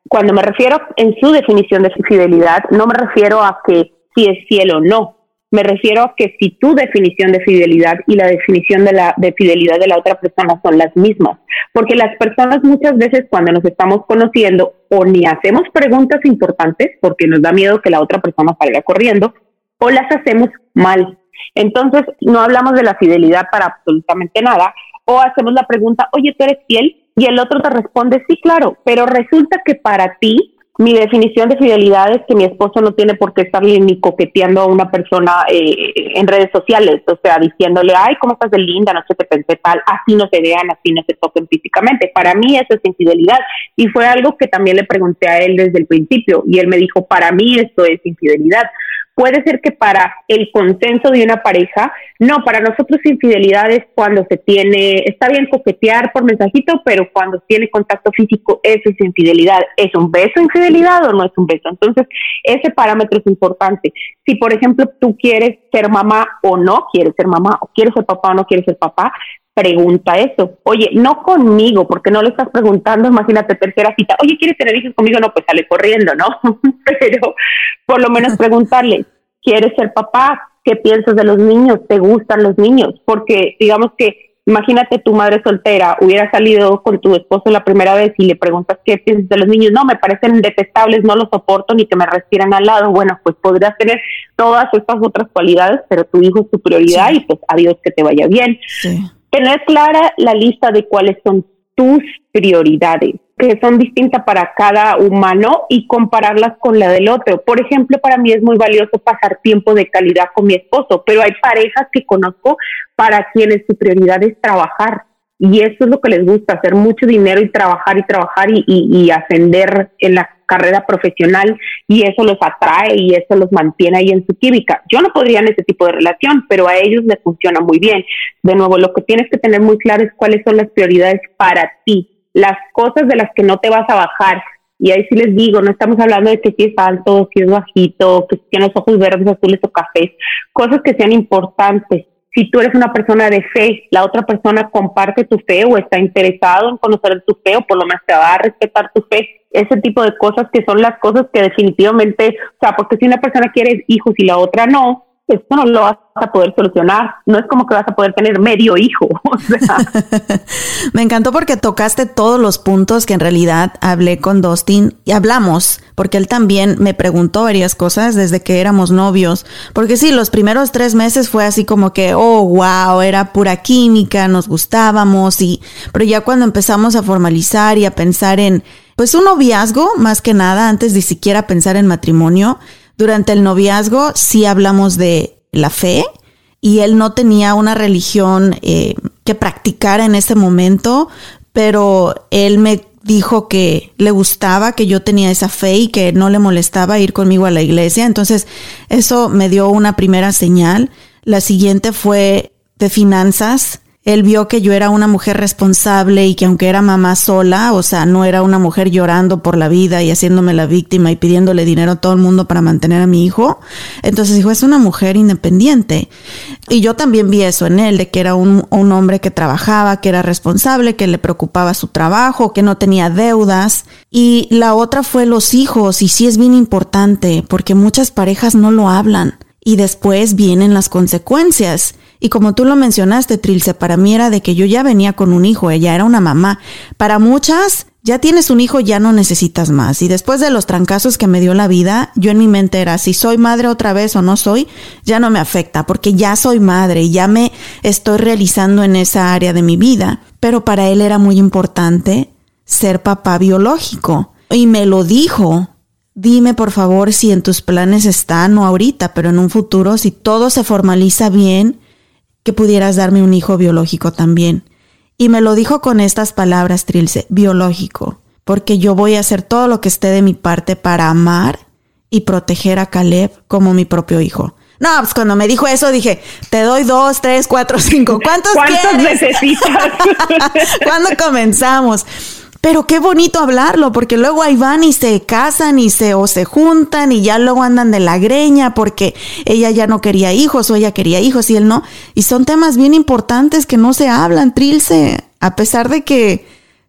Cuando me refiero en su definición de fidelidad, no me refiero a que si es fiel o no. Me refiero a que si tu definición de fidelidad y la definición de fidelidad de la otra persona son las mismas. Porque las personas muchas veces cuando nos estamos conociendo o ni hacemos preguntas importantes porque nos da miedo que la otra persona salga corriendo, o las hacemos mal. Entonces no hablamos de la fidelidad para absolutamente nada, o hacemos la pregunta, oye, ¿tú eres fiel? Y el otro te responde, sí, claro, pero resulta que para ti mi definición de fidelidad es que mi esposo no tiene por qué estarle ni coqueteando a una persona en redes sociales, o sea, diciéndole, ay, ¿cómo estás de linda? No sé, te pensé tal, así no se vean, así no se toquen físicamente. Para mí eso es infidelidad, y fue algo que también le pregunté a él desde el principio, y él me dijo, para mí esto es infidelidad. Puede ser que para el consenso de una pareja, no, para nosotros infidelidad es cuando se tiene, está bien coquetear por mensajito, pero cuando tiene contacto físico, eso es infidelidad. ¿Es un beso infidelidad o no es un beso? Entonces, ese parámetro es importante. Si, por ejemplo, tú quieres ser mamá o no quieres ser mamá, o quieres ser papá o no quieres ser papá, pregunta eso. Oye, no conmigo, porque no le estás preguntando, imagínate, tercera cita, oye, ¿quieres tener hijos conmigo? No, pues sale corriendo, ¿no? Pero por lo menos preguntarle, ¿quieres ser papá? ¿Qué piensas de los niños? ¿Te gustan los niños? Porque digamos que, imagínate tu madre soltera, hubiera salido con tu esposo la primera vez y le preguntas ¿qué piensas de los niños? No, me parecen detestables, no los soporto ni que me respiren al lado. Bueno, pues podrías tener todas estas otras cualidades, pero tu hijo es tu prioridad, sí. Y pues adiós, que te vaya bien. Sí. Tener clara la lista de cuáles son tus prioridades, que son distintas para cada humano, y compararlas con la del otro. Por ejemplo, para mí es muy valioso pasar tiempo de calidad con mi esposo, pero hay parejas que conozco para quienes su prioridad es trabajar, y eso es lo que les gusta, hacer mucho dinero y trabajar y ascender en la carrera profesional, y eso los atrae y eso los mantiene ahí en su química. Yo no podría en ese tipo de relación, pero a ellos les funciona muy bien. De nuevo, lo que tienes que tener muy claro es cuáles son las prioridades para ti, las cosas de las que no te vas a bajar. Y ahí sí les digo, no estamos hablando de que si es alto, si es bajito, que si tiene los ojos verdes, azules o cafés, cosas que sean importantes. Si tú eres una persona de fe, la otra persona comparte tu fe o está interesado en conocer tu fe, o por lo menos te va a respetar tu fe. Ese tipo de cosas que son las cosas que definitivamente, o sea, porque si una persona quiere hijos y la otra no, esto no lo vas a poder solucionar. No es como que vas a poder tener medio hijo. O sea. Me encantó porque tocaste todos los puntos que en realidad hablé con Dustin y hablamos, porque él también me preguntó varias cosas desde que éramos novios. Porque sí, los primeros 3 meses fue así como que, oh, wow, era pura química, nos gustábamos, pero ya cuando empezamos a formalizar y a pensar en, pues, un noviazgo, más que nada, antes de siquiera pensar en matrimonio, durante el noviazgo sí hablamos de la fe, y él no tenía una religión que practicara en ese momento, pero él me dijo que le gustaba que yo tenía esa fe y que no le molestaba ir conmigo a la iglesia. Entonces eso me dio una primera señal. La siguiente fue de finanzas. Él vio que yo era una mujer responsable y que aunque era mamá sola, o sea, no era una mujer llorando por la vida y haciéndome la víctima y pidiéndole dinero a todo el mundo para mantener a mi hijo. Entonces dijo, es una mujer independiente. Y yo también vi eso en él, de que era un hombre que trabajaba, que era responsable, que le preocupaba su trabajo, que no tenía deudas. Y la otra fue los hijos, y sí es bien importante porque muchas parejas no lo hablan y después vienen las consecuencias. Y como tú lo mencionaste, Trilce, para mí era de que yo ya venía con un hijo, ella era una mamá. Para muchas, ya tienes un hijo, ya no necesitas más. Y después de los trancazos que me dio la vida, yo en mi mente era, si soy madre otra vez o no soy, ya no me afecta, porque ya soy madre y ya me estoy realizando en esa área de mi vida. Pero para él era muy importante ser papá biológico. Y me lo dijo. Dime, por favor, si en tus planes está, no ahorita, pero en un futuro, si todo se formaliza bien, que pudieras darme un hijo biológico también. Y me lo dijo con estas palabras, Trilce, biológico, porque yo voy a hacer todo lo que esté de mi parte para amar y proteger a Caleb como mi propio hijo. No, pues cuando me dijo eso dije, te doy 2, 3, 4, 5. ¿Cuántos necesitas? ¿Cuándo comenzamos? Pero qué bonito hablarlo, porque luego ahí van y se casan o se juntan y ya luego andan de la greña porque ella ya no quería hijos o ella quería hijos y él no. Y son temas bien importantes que no se hablan, Trilce, a pesar de que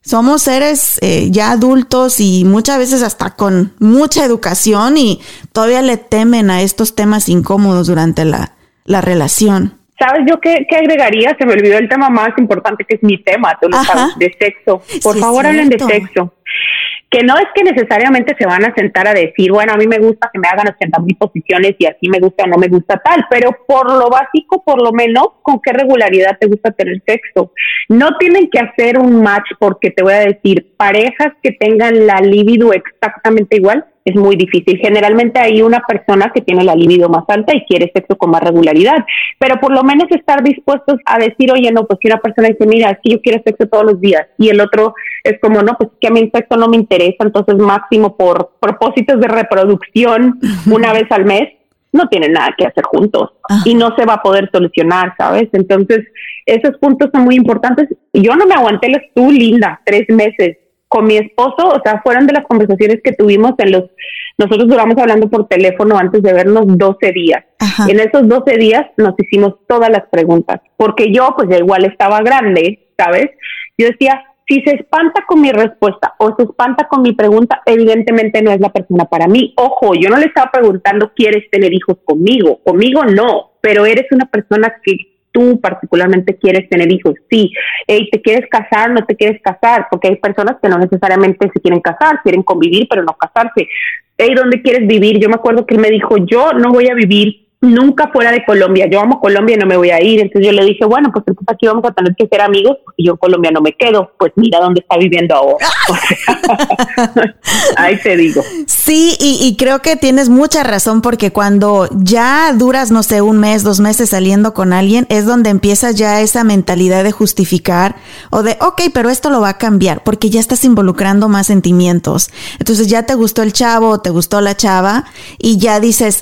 Somos seres ya adultos y muchas veces hasta con mucha educación y todavía le temen a estos temas incómodos durante la relación. ¿Sabes yo qué agregaría? Se me olvidó el tema más importante que es mi tema, tú lo sabes, de sexo. Por favor, hablen de sexo. Que no es que necesariamente se van a sentar a decir, bueno, a mí me gusta que me hagan 80,000 posiciones y así me gusta o no me gusta tal, pero por lo básico, por lo menos, ¿con qué regularidad te gusta tener sexo? No tienen que hacer un match porque te voy a decir, parejas que tengan la libido exactamente igual, es muy difícil. Generalmente hay una persona que tiene la libido más alta y quiere sexo con más regularidad, pero por lo menos estar dispuestos a decir, oye, no, pues si una persona dice, mira, es que yo quiero sexo todos los días, y el otro es como, no, pues que a mí el sexo no me interesa, entonces máximo por propósitos de reproducción una vez al mes, no tienen nada que hacer juntos y no se va a poder solucionar, ¿sabes? Entonces, esos puntos son muy importantes. Yo no me aguanté tú, linda, 3 meses. Con mi esposo, o sea, fueron de las conversaciones que tuvimos nosotros duramos hablando por teléfono antes de vernos 12 días. Ajá. En esos 12 días nos hicimos todas las preguntas, porque yo, pues ya igual estaba grande, ¿sabes? Yo decía, si se espanta con mi respuesta o se espanta con mi pregunta, evidentemente no es la persona para mí. Ojo, yo no le estaba preguntando, ¿quieres tener hijos conmigo? Conmigo no, pero eres una persona que tú particularmente quieres tener hijos. Sí, hey, ¿te quieres casar? ¿No te quieres casar? Porque hay personas que no necesariamente se quieren casar, quieren convivir, pero no casarse. Hey, ¿dónde quieres vivir? Yo me acuerdo que él me dijo, yo no voy a vivir nunca fuera de Colombia, yo amo Colombia y no me voy a ir. Entonces yo le dije, bueno, pues entonces aquí vamos a tener que ser amigos porque yo en Colombia no me quedo. Pues mira dónde está viviendo ahora. O sea, ahí te digo. Sí, y creo que tienes mucha razón, porque cuando ya duras, no sé, 1 mes, 2 meses saliendo con alguien, es donde empiezas ya esa mentalidad de justificar o de, ok, pero esto lo va a cambiar, porque ya estás involucrando más sentimientos. Entonces ya te gustó el chavo, te gustó la chava y ya dices,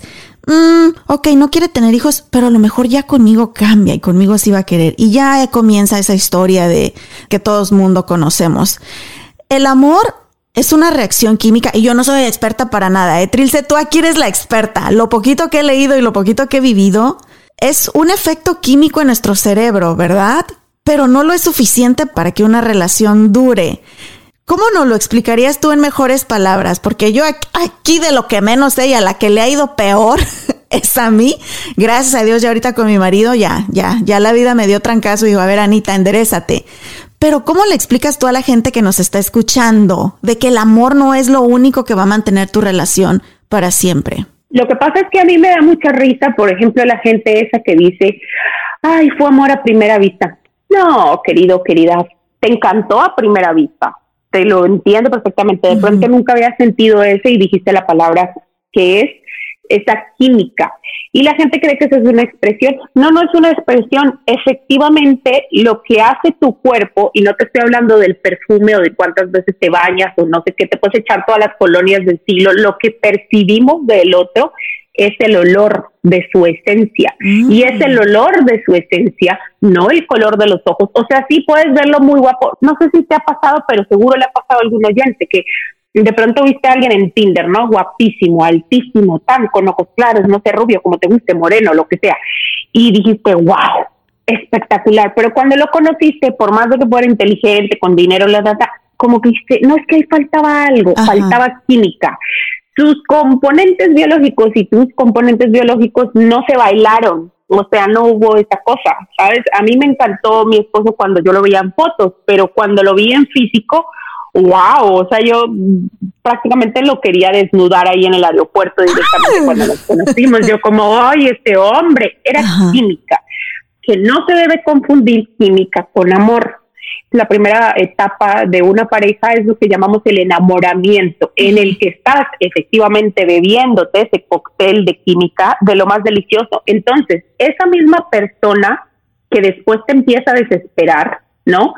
ok, no quiere tener hijos, pero a lo mejor ya conmigo cambia y conmigo sí va a querer. Y ya comienza esa historia de que todo el mundo conocemos. El amor es una reacción química y yo no soy experta para nada, Trilce, tú aquí eres la experta. Lo poquito que he leído y lo poquito que he vivido es un efecto químico en nuestro cerebro, ¿verdad? Pero no lo es suficiente para que una relación dure. ¿Cómo nos lo explicarías tú en mejores palabras? Porque yo aquí de lo que menos sé y a la que le ha ido peor es a mí. Gracias a Dios ya ahorita con mi marido ya la vida me dio trancazo y dijo, a ver, Anita, enderésate. Pero ¿cómo le explicas tú a la gente que nos está escuchando de que el amor no es lo único que va a mantener tu relación para siempre? Lo que pasa es que a mí me da mucha risa, por ejemplo, la gente esa que dice, ay, fue amor a primera vista. No, querido, querida, te encantó a primera vista. Te lo entiendo perfectamente. De pronto nunca había sentido eso y dijiste la palabra que es esa química. Y la gente cree que eso es una expresión. No es una expresión. Efectivamente, lo que hace tu cuerpo, y no te estoy hablando del perfume o de cuántas veces te bañas o no sé qué, te puedes echar todas las colonias del siglo, lo que percibimos del otro es el olor de su esencia. Y es el olor de su esencia, no el color de los ojos. O sea, sí puedes verlo muy guapo. No sé si te ha pasado, pero seguro le ha pasado a algún oyente que de pronto viste a alguien en Tinder, ¿no? Guapísimo, altísimo, tan con ojos claros, no sé, rubio, como te guste, moreno, lo que sea. Y dijiste, wow, espectacular. Pero cuando lo conociste, por más de que fuera inteligente, con dinero, como que dijiste, no, es que ahí faltaba algo, faltaba química. Sus componentes biológicos y tus componentes biológicos no se bailaron, o sea, no hubo esa cosa, ¿sabes? A mí me encantó mi esposo cuando yo lo veía en fotos, pero cuando lo vi en físico, wow, o sea, yo prácticamente lo quería desnudar ahí en el aeropuerto directamente cuando nos conocimos. Yo como, ay, este hombre, era química, que no se debe confundir química con amor. La primera etapa de una pareja es lo que llamamos el enamoramiento, en el que estás efectivamente bebiéndote ese cóctel de química de lo más delicioso. Entonces, esa misma persona que después te empieza a desesperar, ¿no?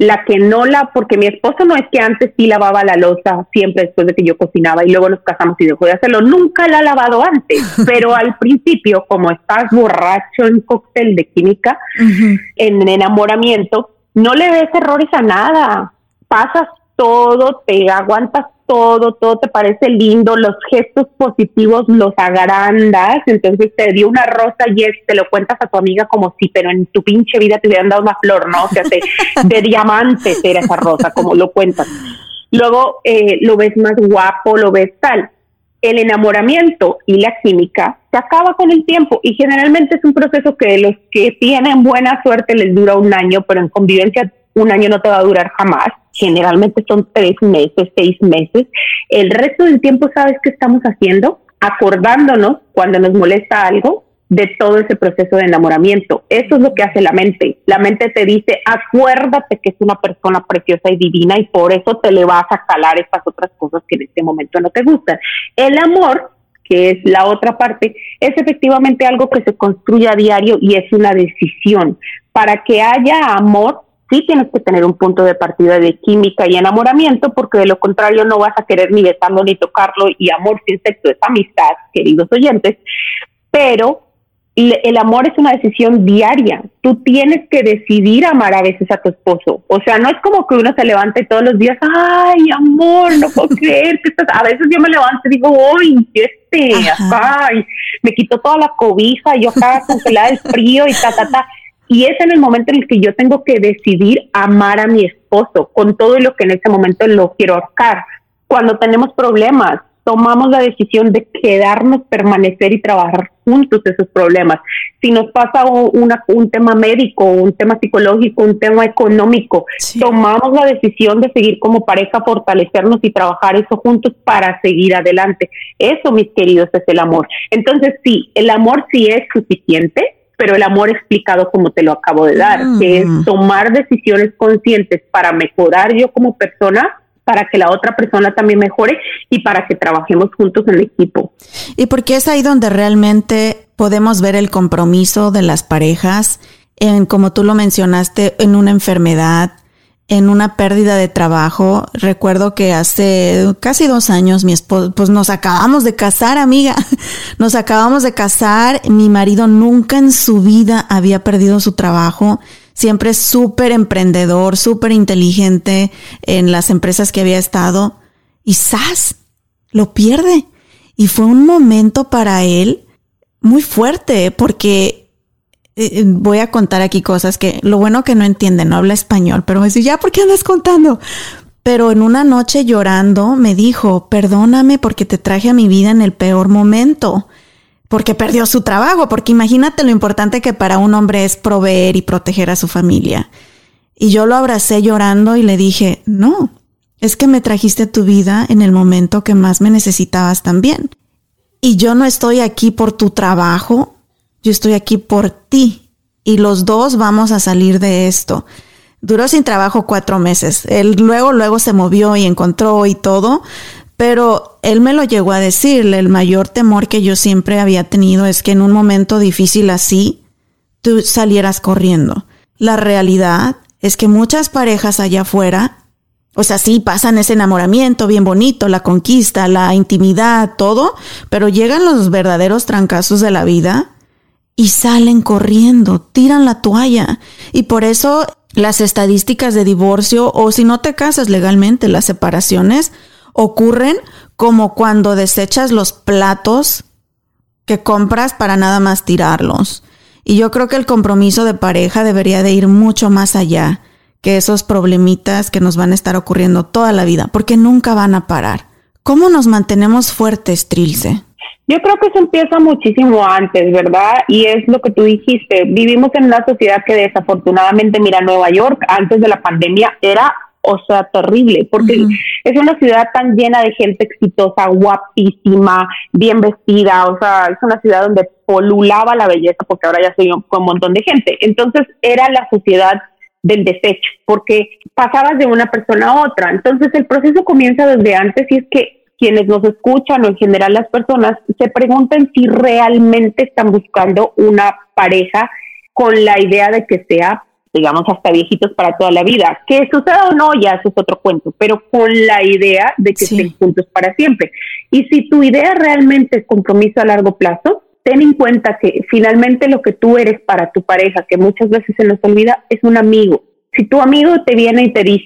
Porque mi esposo no es que antes sí lavaba la loza siempre después de que yo cocinaba y luego nos casamos y dejó de hacerlo, nunca la ha lavado antes, pero al principio, como estás borracho en cóctel de química, en enamoramiento, no le ves errores a nada, pasas todo, te aguantas todo te parece lindo, los gestos positivos los agrandas, entonces te dio una rosa y te lo cuentas a tu amiga como si, pero en tu pinche vida te hubieran dado una flor, ¿no? O sea, de diamantes era esa rosa, como lo cuentas. Luego lo ves más guapo, lo ves tal. El enamoramiento y la química se acaba con el tiempo y generalmente es un proceso que los que tienen buena suerte les dura 1 año, pero en convivencia 1 año no te va a durar jamás. Generalmente son 3 meses, 6 meses. El resto del tiempo, ¿sabes qué estamos haciendo? Acordándonos cuando nos molesta algo de todo ese proceso de enamoramiento. Eso es lo que hace la mente. La mente te dice, acuérdate que es una persona preciosa y divina y por eso te le vas a calar estas otras cosas que en este momento no te gustan. El amor, que es la otra parte, es efectivamente algo que se construye a diario y es una decisión. Para que haya amor, sí tienes que tener un punto de partida de química y enamoramiento, porque de lo contrario no vas a querer ni besarlo ni tocarlo, y amor sin sexo es amistad, queridos oyentes, pero el amor es una decisión diaria. Tú tienes que decidir amar a veces a tu esposo. O sea, no es como que uno se levante todos los días, ay, amor, no puedo creer que estás... A veces yo me levanto y digo, uy, acá, y me quito toda la cobija, y yo acá congelada del frío y ta. Y es en el momento en el que yo tengo que decidir amar a mi esposo con todo lo que en ese momento lo quiero ahorcar. Cuando tenemos problemas, tomamos la decisión de quedarnos, permanecer y trabajar juntos esos problemas. Si nos pasa un tema médico, un tema psicológico, un tema económico, sí, tomamos la decisión de seguir como pareja, fortalecernos y trabajar eso juntos para seguir adelante. Eso, mis queridos, es el amor. Entonces, sí, el amor sí es suficiente, pero el amor explicado como te lo acabo de dar, que es tomar decisiones conscientes para mejorar yo como persona, para que la otra persona también mejore y para que trabajemos juntos en equipo. Y porque es ahí donde realmente podemos ver el compromiso de las parejas, en, como tú lo mencionaste, en una enfermedad, en una pérdida de trabajo. Recuerdo que hace casi 2 años mi esposo, pues nos acabamos de casar, amiga. Nos acabamos de casar. Mi marido nunca en su vida había perdido su trabajo. Siempre súper emprendedor, súper inteligente en las empresas que había estado. Y ¡zas! Lo pierde. Y fue un momento para él muy fuerte porque... voy a contar aquí cosas que lo bueno que no entiende, no habla español, pero me dice, ya, ¿por qué andas contando? Pero en una noche llorando me dijo, perdóname porque te traje a mi vida en el peor momento, porque perdió su trabajo, porque imagínate lo importante que para un hombre es proveer y proteger a su familia. Y yo lo abracé llorando y le dije, no, es que me trajiste a tu vida en el momento que más me necesitabas también. Y yo no estoy aquí por tu trabajo, yo estoy aquí por ti y los dos vamos a salir de esto. Duró sin trabajo 4 meses. Él luego se movió y encontró y todo, pero él me lo llegó a decir. El mayor temor que yo siempre había tenido es que en un momento difícil así, tú salieras corriendo. La realidad es que muchas parejas allá afuera, o sea, sí pasan ese enamoramiento bien bonito, la conquista, la intimidad, todo, pero llegan los verdaderos trancazos de la vida y salen corriendo, tiran la toalla. Y por eso las estadísticas de divorcio, o si no te casas legalmente, las separaciones ocurren como cuando desechas los platos que compras para nada más tirarlos. Y yo creo que el compromiso de pareja debería de ir mucho más allá que esos problemitas que nos van a estar ocurriendo toda la vida, porque nunca van a parar. ¿Cómo nos mantenemos fuertes, Trilce? Yo creo que eso empieza muchísimo antes, ¿verdad? Y es lo que tú dijiste, vivimos en una sociedad que desafortunadamente, mira, Nueva York antes de la pandemia era, o sea, terrible, porque es una ciudad tan llena de gente exitosa, guapísima, bien vestida, o sea, es una ciudad donde polulaba la belleza, porque ahora ya soy un montón de gente. Entonces era la sociedad del desecho, porque pasabas de una persona a otra. Entonces el proceso comienza desde antes y es que quienes nos escuchan o en general las personas se preguntan si realmente están buscando una pareja con la idea de que sea, digamos, hasta viejitos para toda la vida. Que suceda o no, ya eso es otro cuento, pero con la idea de que estén juntos para siempre. Y si tu idea realmente es compromiso a largo plazo, ten en cuenta que finalmente lo que tú eres para tu pareja, que muchas veces se nos olvida, es un amigo. Si tu amigo te viene y te dice,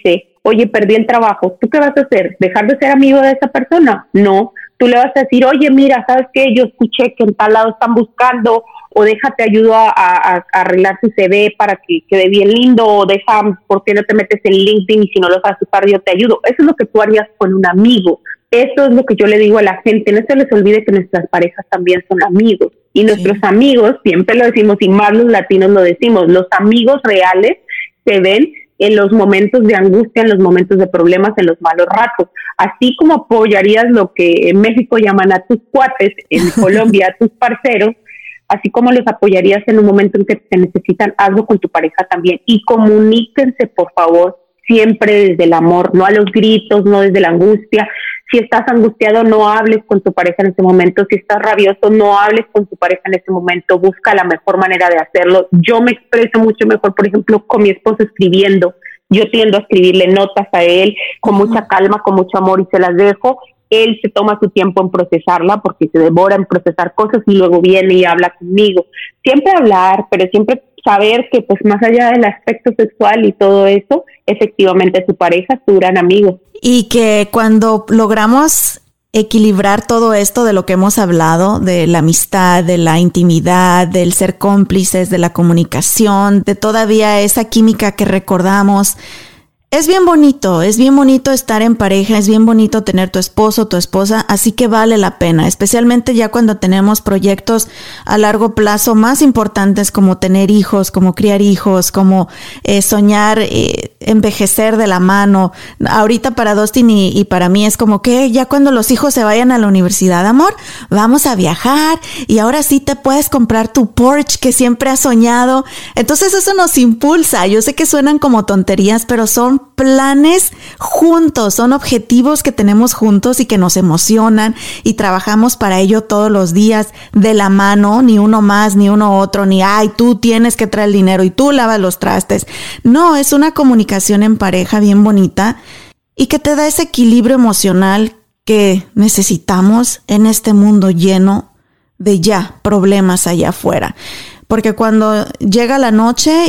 oye, perdí el trabajo, ¿tú qué vas a hacer? ¿Dejar de ser amigo de esa persona? No, tú le vas a decir, oye, mira, ¿sabes qué? Yo escuché que en tal lado están buscando, o déjate ayudo a arreglar tu CV para que quede bien lindo, o deja, ¿por qué no te metes en LinkedIn? Y si no lo sabes usar, yo te ayudo. Eso es lo que tú harías con un amigo. Eso es lo que yo le digo a la gente. No se les olvide que nuestras parejas también son amigos. Y nuestros amigos, siempre lo decimos, y más los latinos lo decimos, los amigos reales se ven en los momentos de angustia, en los momentos de problemas, en los malos ratos. Así como apoyarías lo que en México llaman a tus cuates, en Colombia a tus parceros, así como los apoyarías en un momento en que te necesitan, hazlo con tu pareja también. Y comuníquense, por favor, siempre desde el amor, no a los gritos, no desde la angustia. Si estás angustiado, no hables con tu pareja en ese momento. Si estás rabioso, no hables con tu pareja en ese momento. Busca la mejor manera de hacerlo. Yo me expreso mucho mejor, por ejemplo, con mi esposo escribiendo. Yo tiendo a escribirle notas a él con mucha calma, con mucho amor, y se las dejo. Él se toma su tiempo en procesarla porque se devora en procesar cosas y luego viene y habla conmigo. Siempre hablar, pero siempre saber que pues más allá del aspecto sexual y todo eso, efectivamente tu pareja es tu gran amigo. Y que cuando logramos equilibrar todo esto de lo que hemos hablado, de la amistad, de la intimidad, del ser cómplices, de la comunicación, de todavía esa química que recordamos, es bien bonito estar en pareja, es bien bonito tener tu esposo, tu esposa, así que vale la pena, especialmente ya cuando tenemos proyectos a largo plazo más importantes como tener hijos, como criar hijos, como soñar, envejecer de la mano. Ahorita para Dustin y para mí es como que ya cuando los hijos se vayan a la universidad, amor, vamos a viajar y ahora sí te puedes comprar tu Porsche que siempre has soñado. Entonces eso nos impulsa. Yo sé que suenan como tonterías, pero son planes juntos, son objetivos que tenemos juntos y que nos emocionan y trabajamos para ello todos los días de la mano, ni uno más, ni uno otro, ni ay, tú tienes que traer el dinero y tú lavas los trastes. No, es una comunicación en pareja bien bonita y que te da ese equilibrio emocional que necesitamos en este mundo lleno de ya problemas allá afuera. Porque cuando llega la noche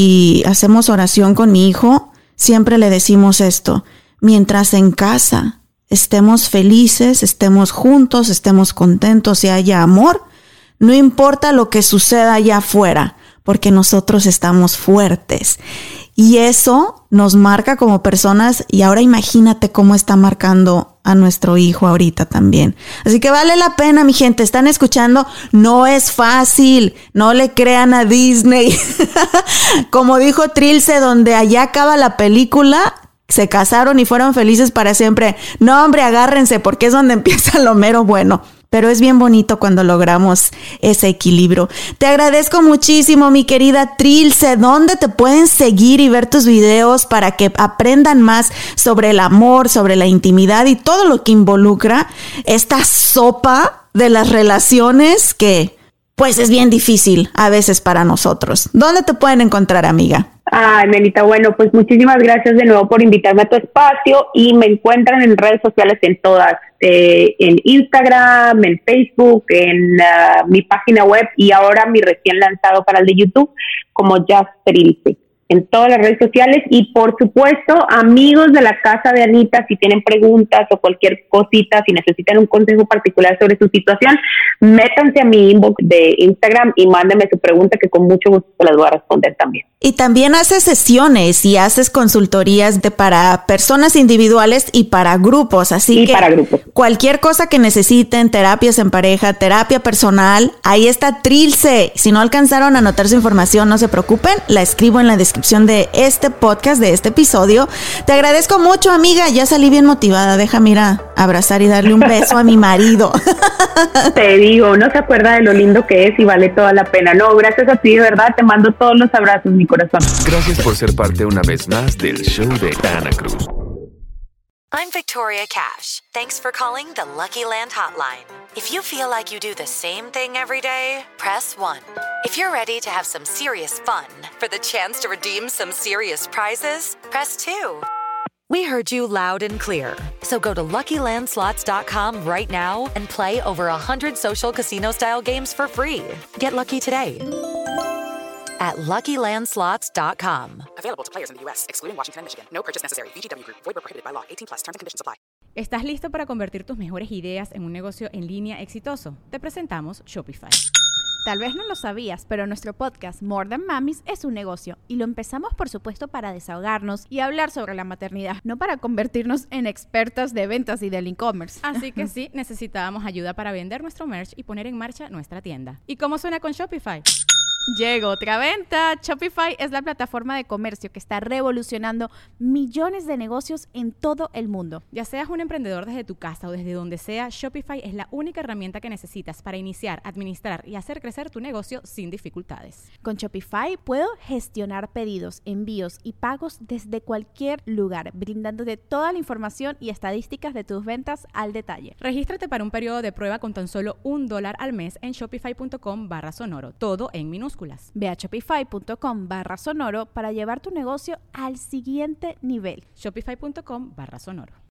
y hacemos oración con mi hijo, siempre le decimos esto: mientras en casa estemos felices, estemos juntos, estemos contentos y haya amor, no importa lo que suceda allá afuera, porque nosotros estamos fuertes. Y eso nos marca como personas, y ahora imagínate cómo está marcando a nuestro hijo ahorita también. Así que vale la pena, mi gente. Están escuchando, no es fácil, no le crean a Disney. Como dijo Trilce, donde allá acaba la película, se casaron y fueron felices para siempre. No, hombre, agárrense, porque es donde empieza lo mero bueno. Pero es bien bonito cuando logramos ese equilibrio. Te agradezco muchísimo, mi querida Trilce. ¿Dónde te pueden seguir y ver tus videos para que aprendan más sobre el amor, sobre la intimidad y todo lo que involucra esta sopa de las relaciones que, pues, es bien difícil a veces para nosotros? ¿Dónde te pueden encontrar, amiga? Ay, Melita, bueno, pues muchísimas gracias de nuevo por invitarme a tu espacio, y me encuentran en redes sociales en todas, en Instagram, en Facebook, en mi página web y ahora mi recién lanzado canal de YouTube como Just Trilce, en todas las redes sociales. Y por supuesto, amigos de la casa de Anita, si tienen preguntas o cualquier cosita, si necesitan un consejo particular sobre su situación, métanse a mi inbox de Instagram y mándenme su pregunta, que con mucho gusto se las voy a responder también. Y también haces sesiones y haces consultorías para personas individuales y para grupos, así que para grupos. Cualquier cosa que necesiten, terapias en pareja, terapia personal, ahí está Trilce. Si no alcanzaron a anotar su información, no se preocupen, la escribo en la descripción de este podcast, de este episodio. Te agradezco mucho, amiga, ya salí bien motivada. Déjame ir a abrazar y darle un beso a mi marido. Te digo, no se acuerda de lo lindo que es y vale toda la pena. No, gracias a ti, de verdad, te mando todos los abrazos, mi corazón. Gracias por ser parte una vez más del show de Ana Cruz. I'm Victoria Cash. Thanks for calling the Lucky Land Hotline. If you feel like you do the same thing every day, press 1. If you're ready to have some serious fun for the chance to redeem some serious prizes, press 2. We heard you loud and clear. So go to LuckyLandSlots.com right now and play over 100 social casino-style games for free. Get lucky today at LuckyLandSlots.com. Available to players in the U.S., excluding Washington and Michigan. No purchase necessary. VGW Group. Void where prohibited by law. 18+. Terms and conditions apply. ¿Estás listo para convertir tus mejores ideas en un negocio en línea exitoso? Te presentamos Shopify. Tal vez no lo sabías, pero nuestro podcast More Than Mamis es un negocio y lo empezamos por supuesto para desahogarnos y hablar sobre la maternidad, no para convertirnos en expertas de ventas y del e-commerce. Así que sí, necesitábamos ayuda para vender nuestro merch y poner en marcha nuestra tienda. ¿Y cómo suena con Shopify? Llegó otra venta. Shopify es la plataforma de comercio que está revolucionando millones de negocios en todo el mundo. Ya seas un emprendedor desde tu casa o desde donde sea, Shopify es la única herramienta que necesitas para iniciar, administrar y hacer crecer tu negocio sin dificultades. Con Shopify puedo gestionar pedidos, envíos y pagos desde cualquier lugar, brindándote toda la información y estadísticas de tus ventas al detalle. Regístrate para un periodo de prueba con tan solo $1 al mes en shopify.com/sonoro, todo en minúsculas. Ve a shopify.com/sonoro para llevar tu negocio al siguiente nivel. Shopify.com/sonoro.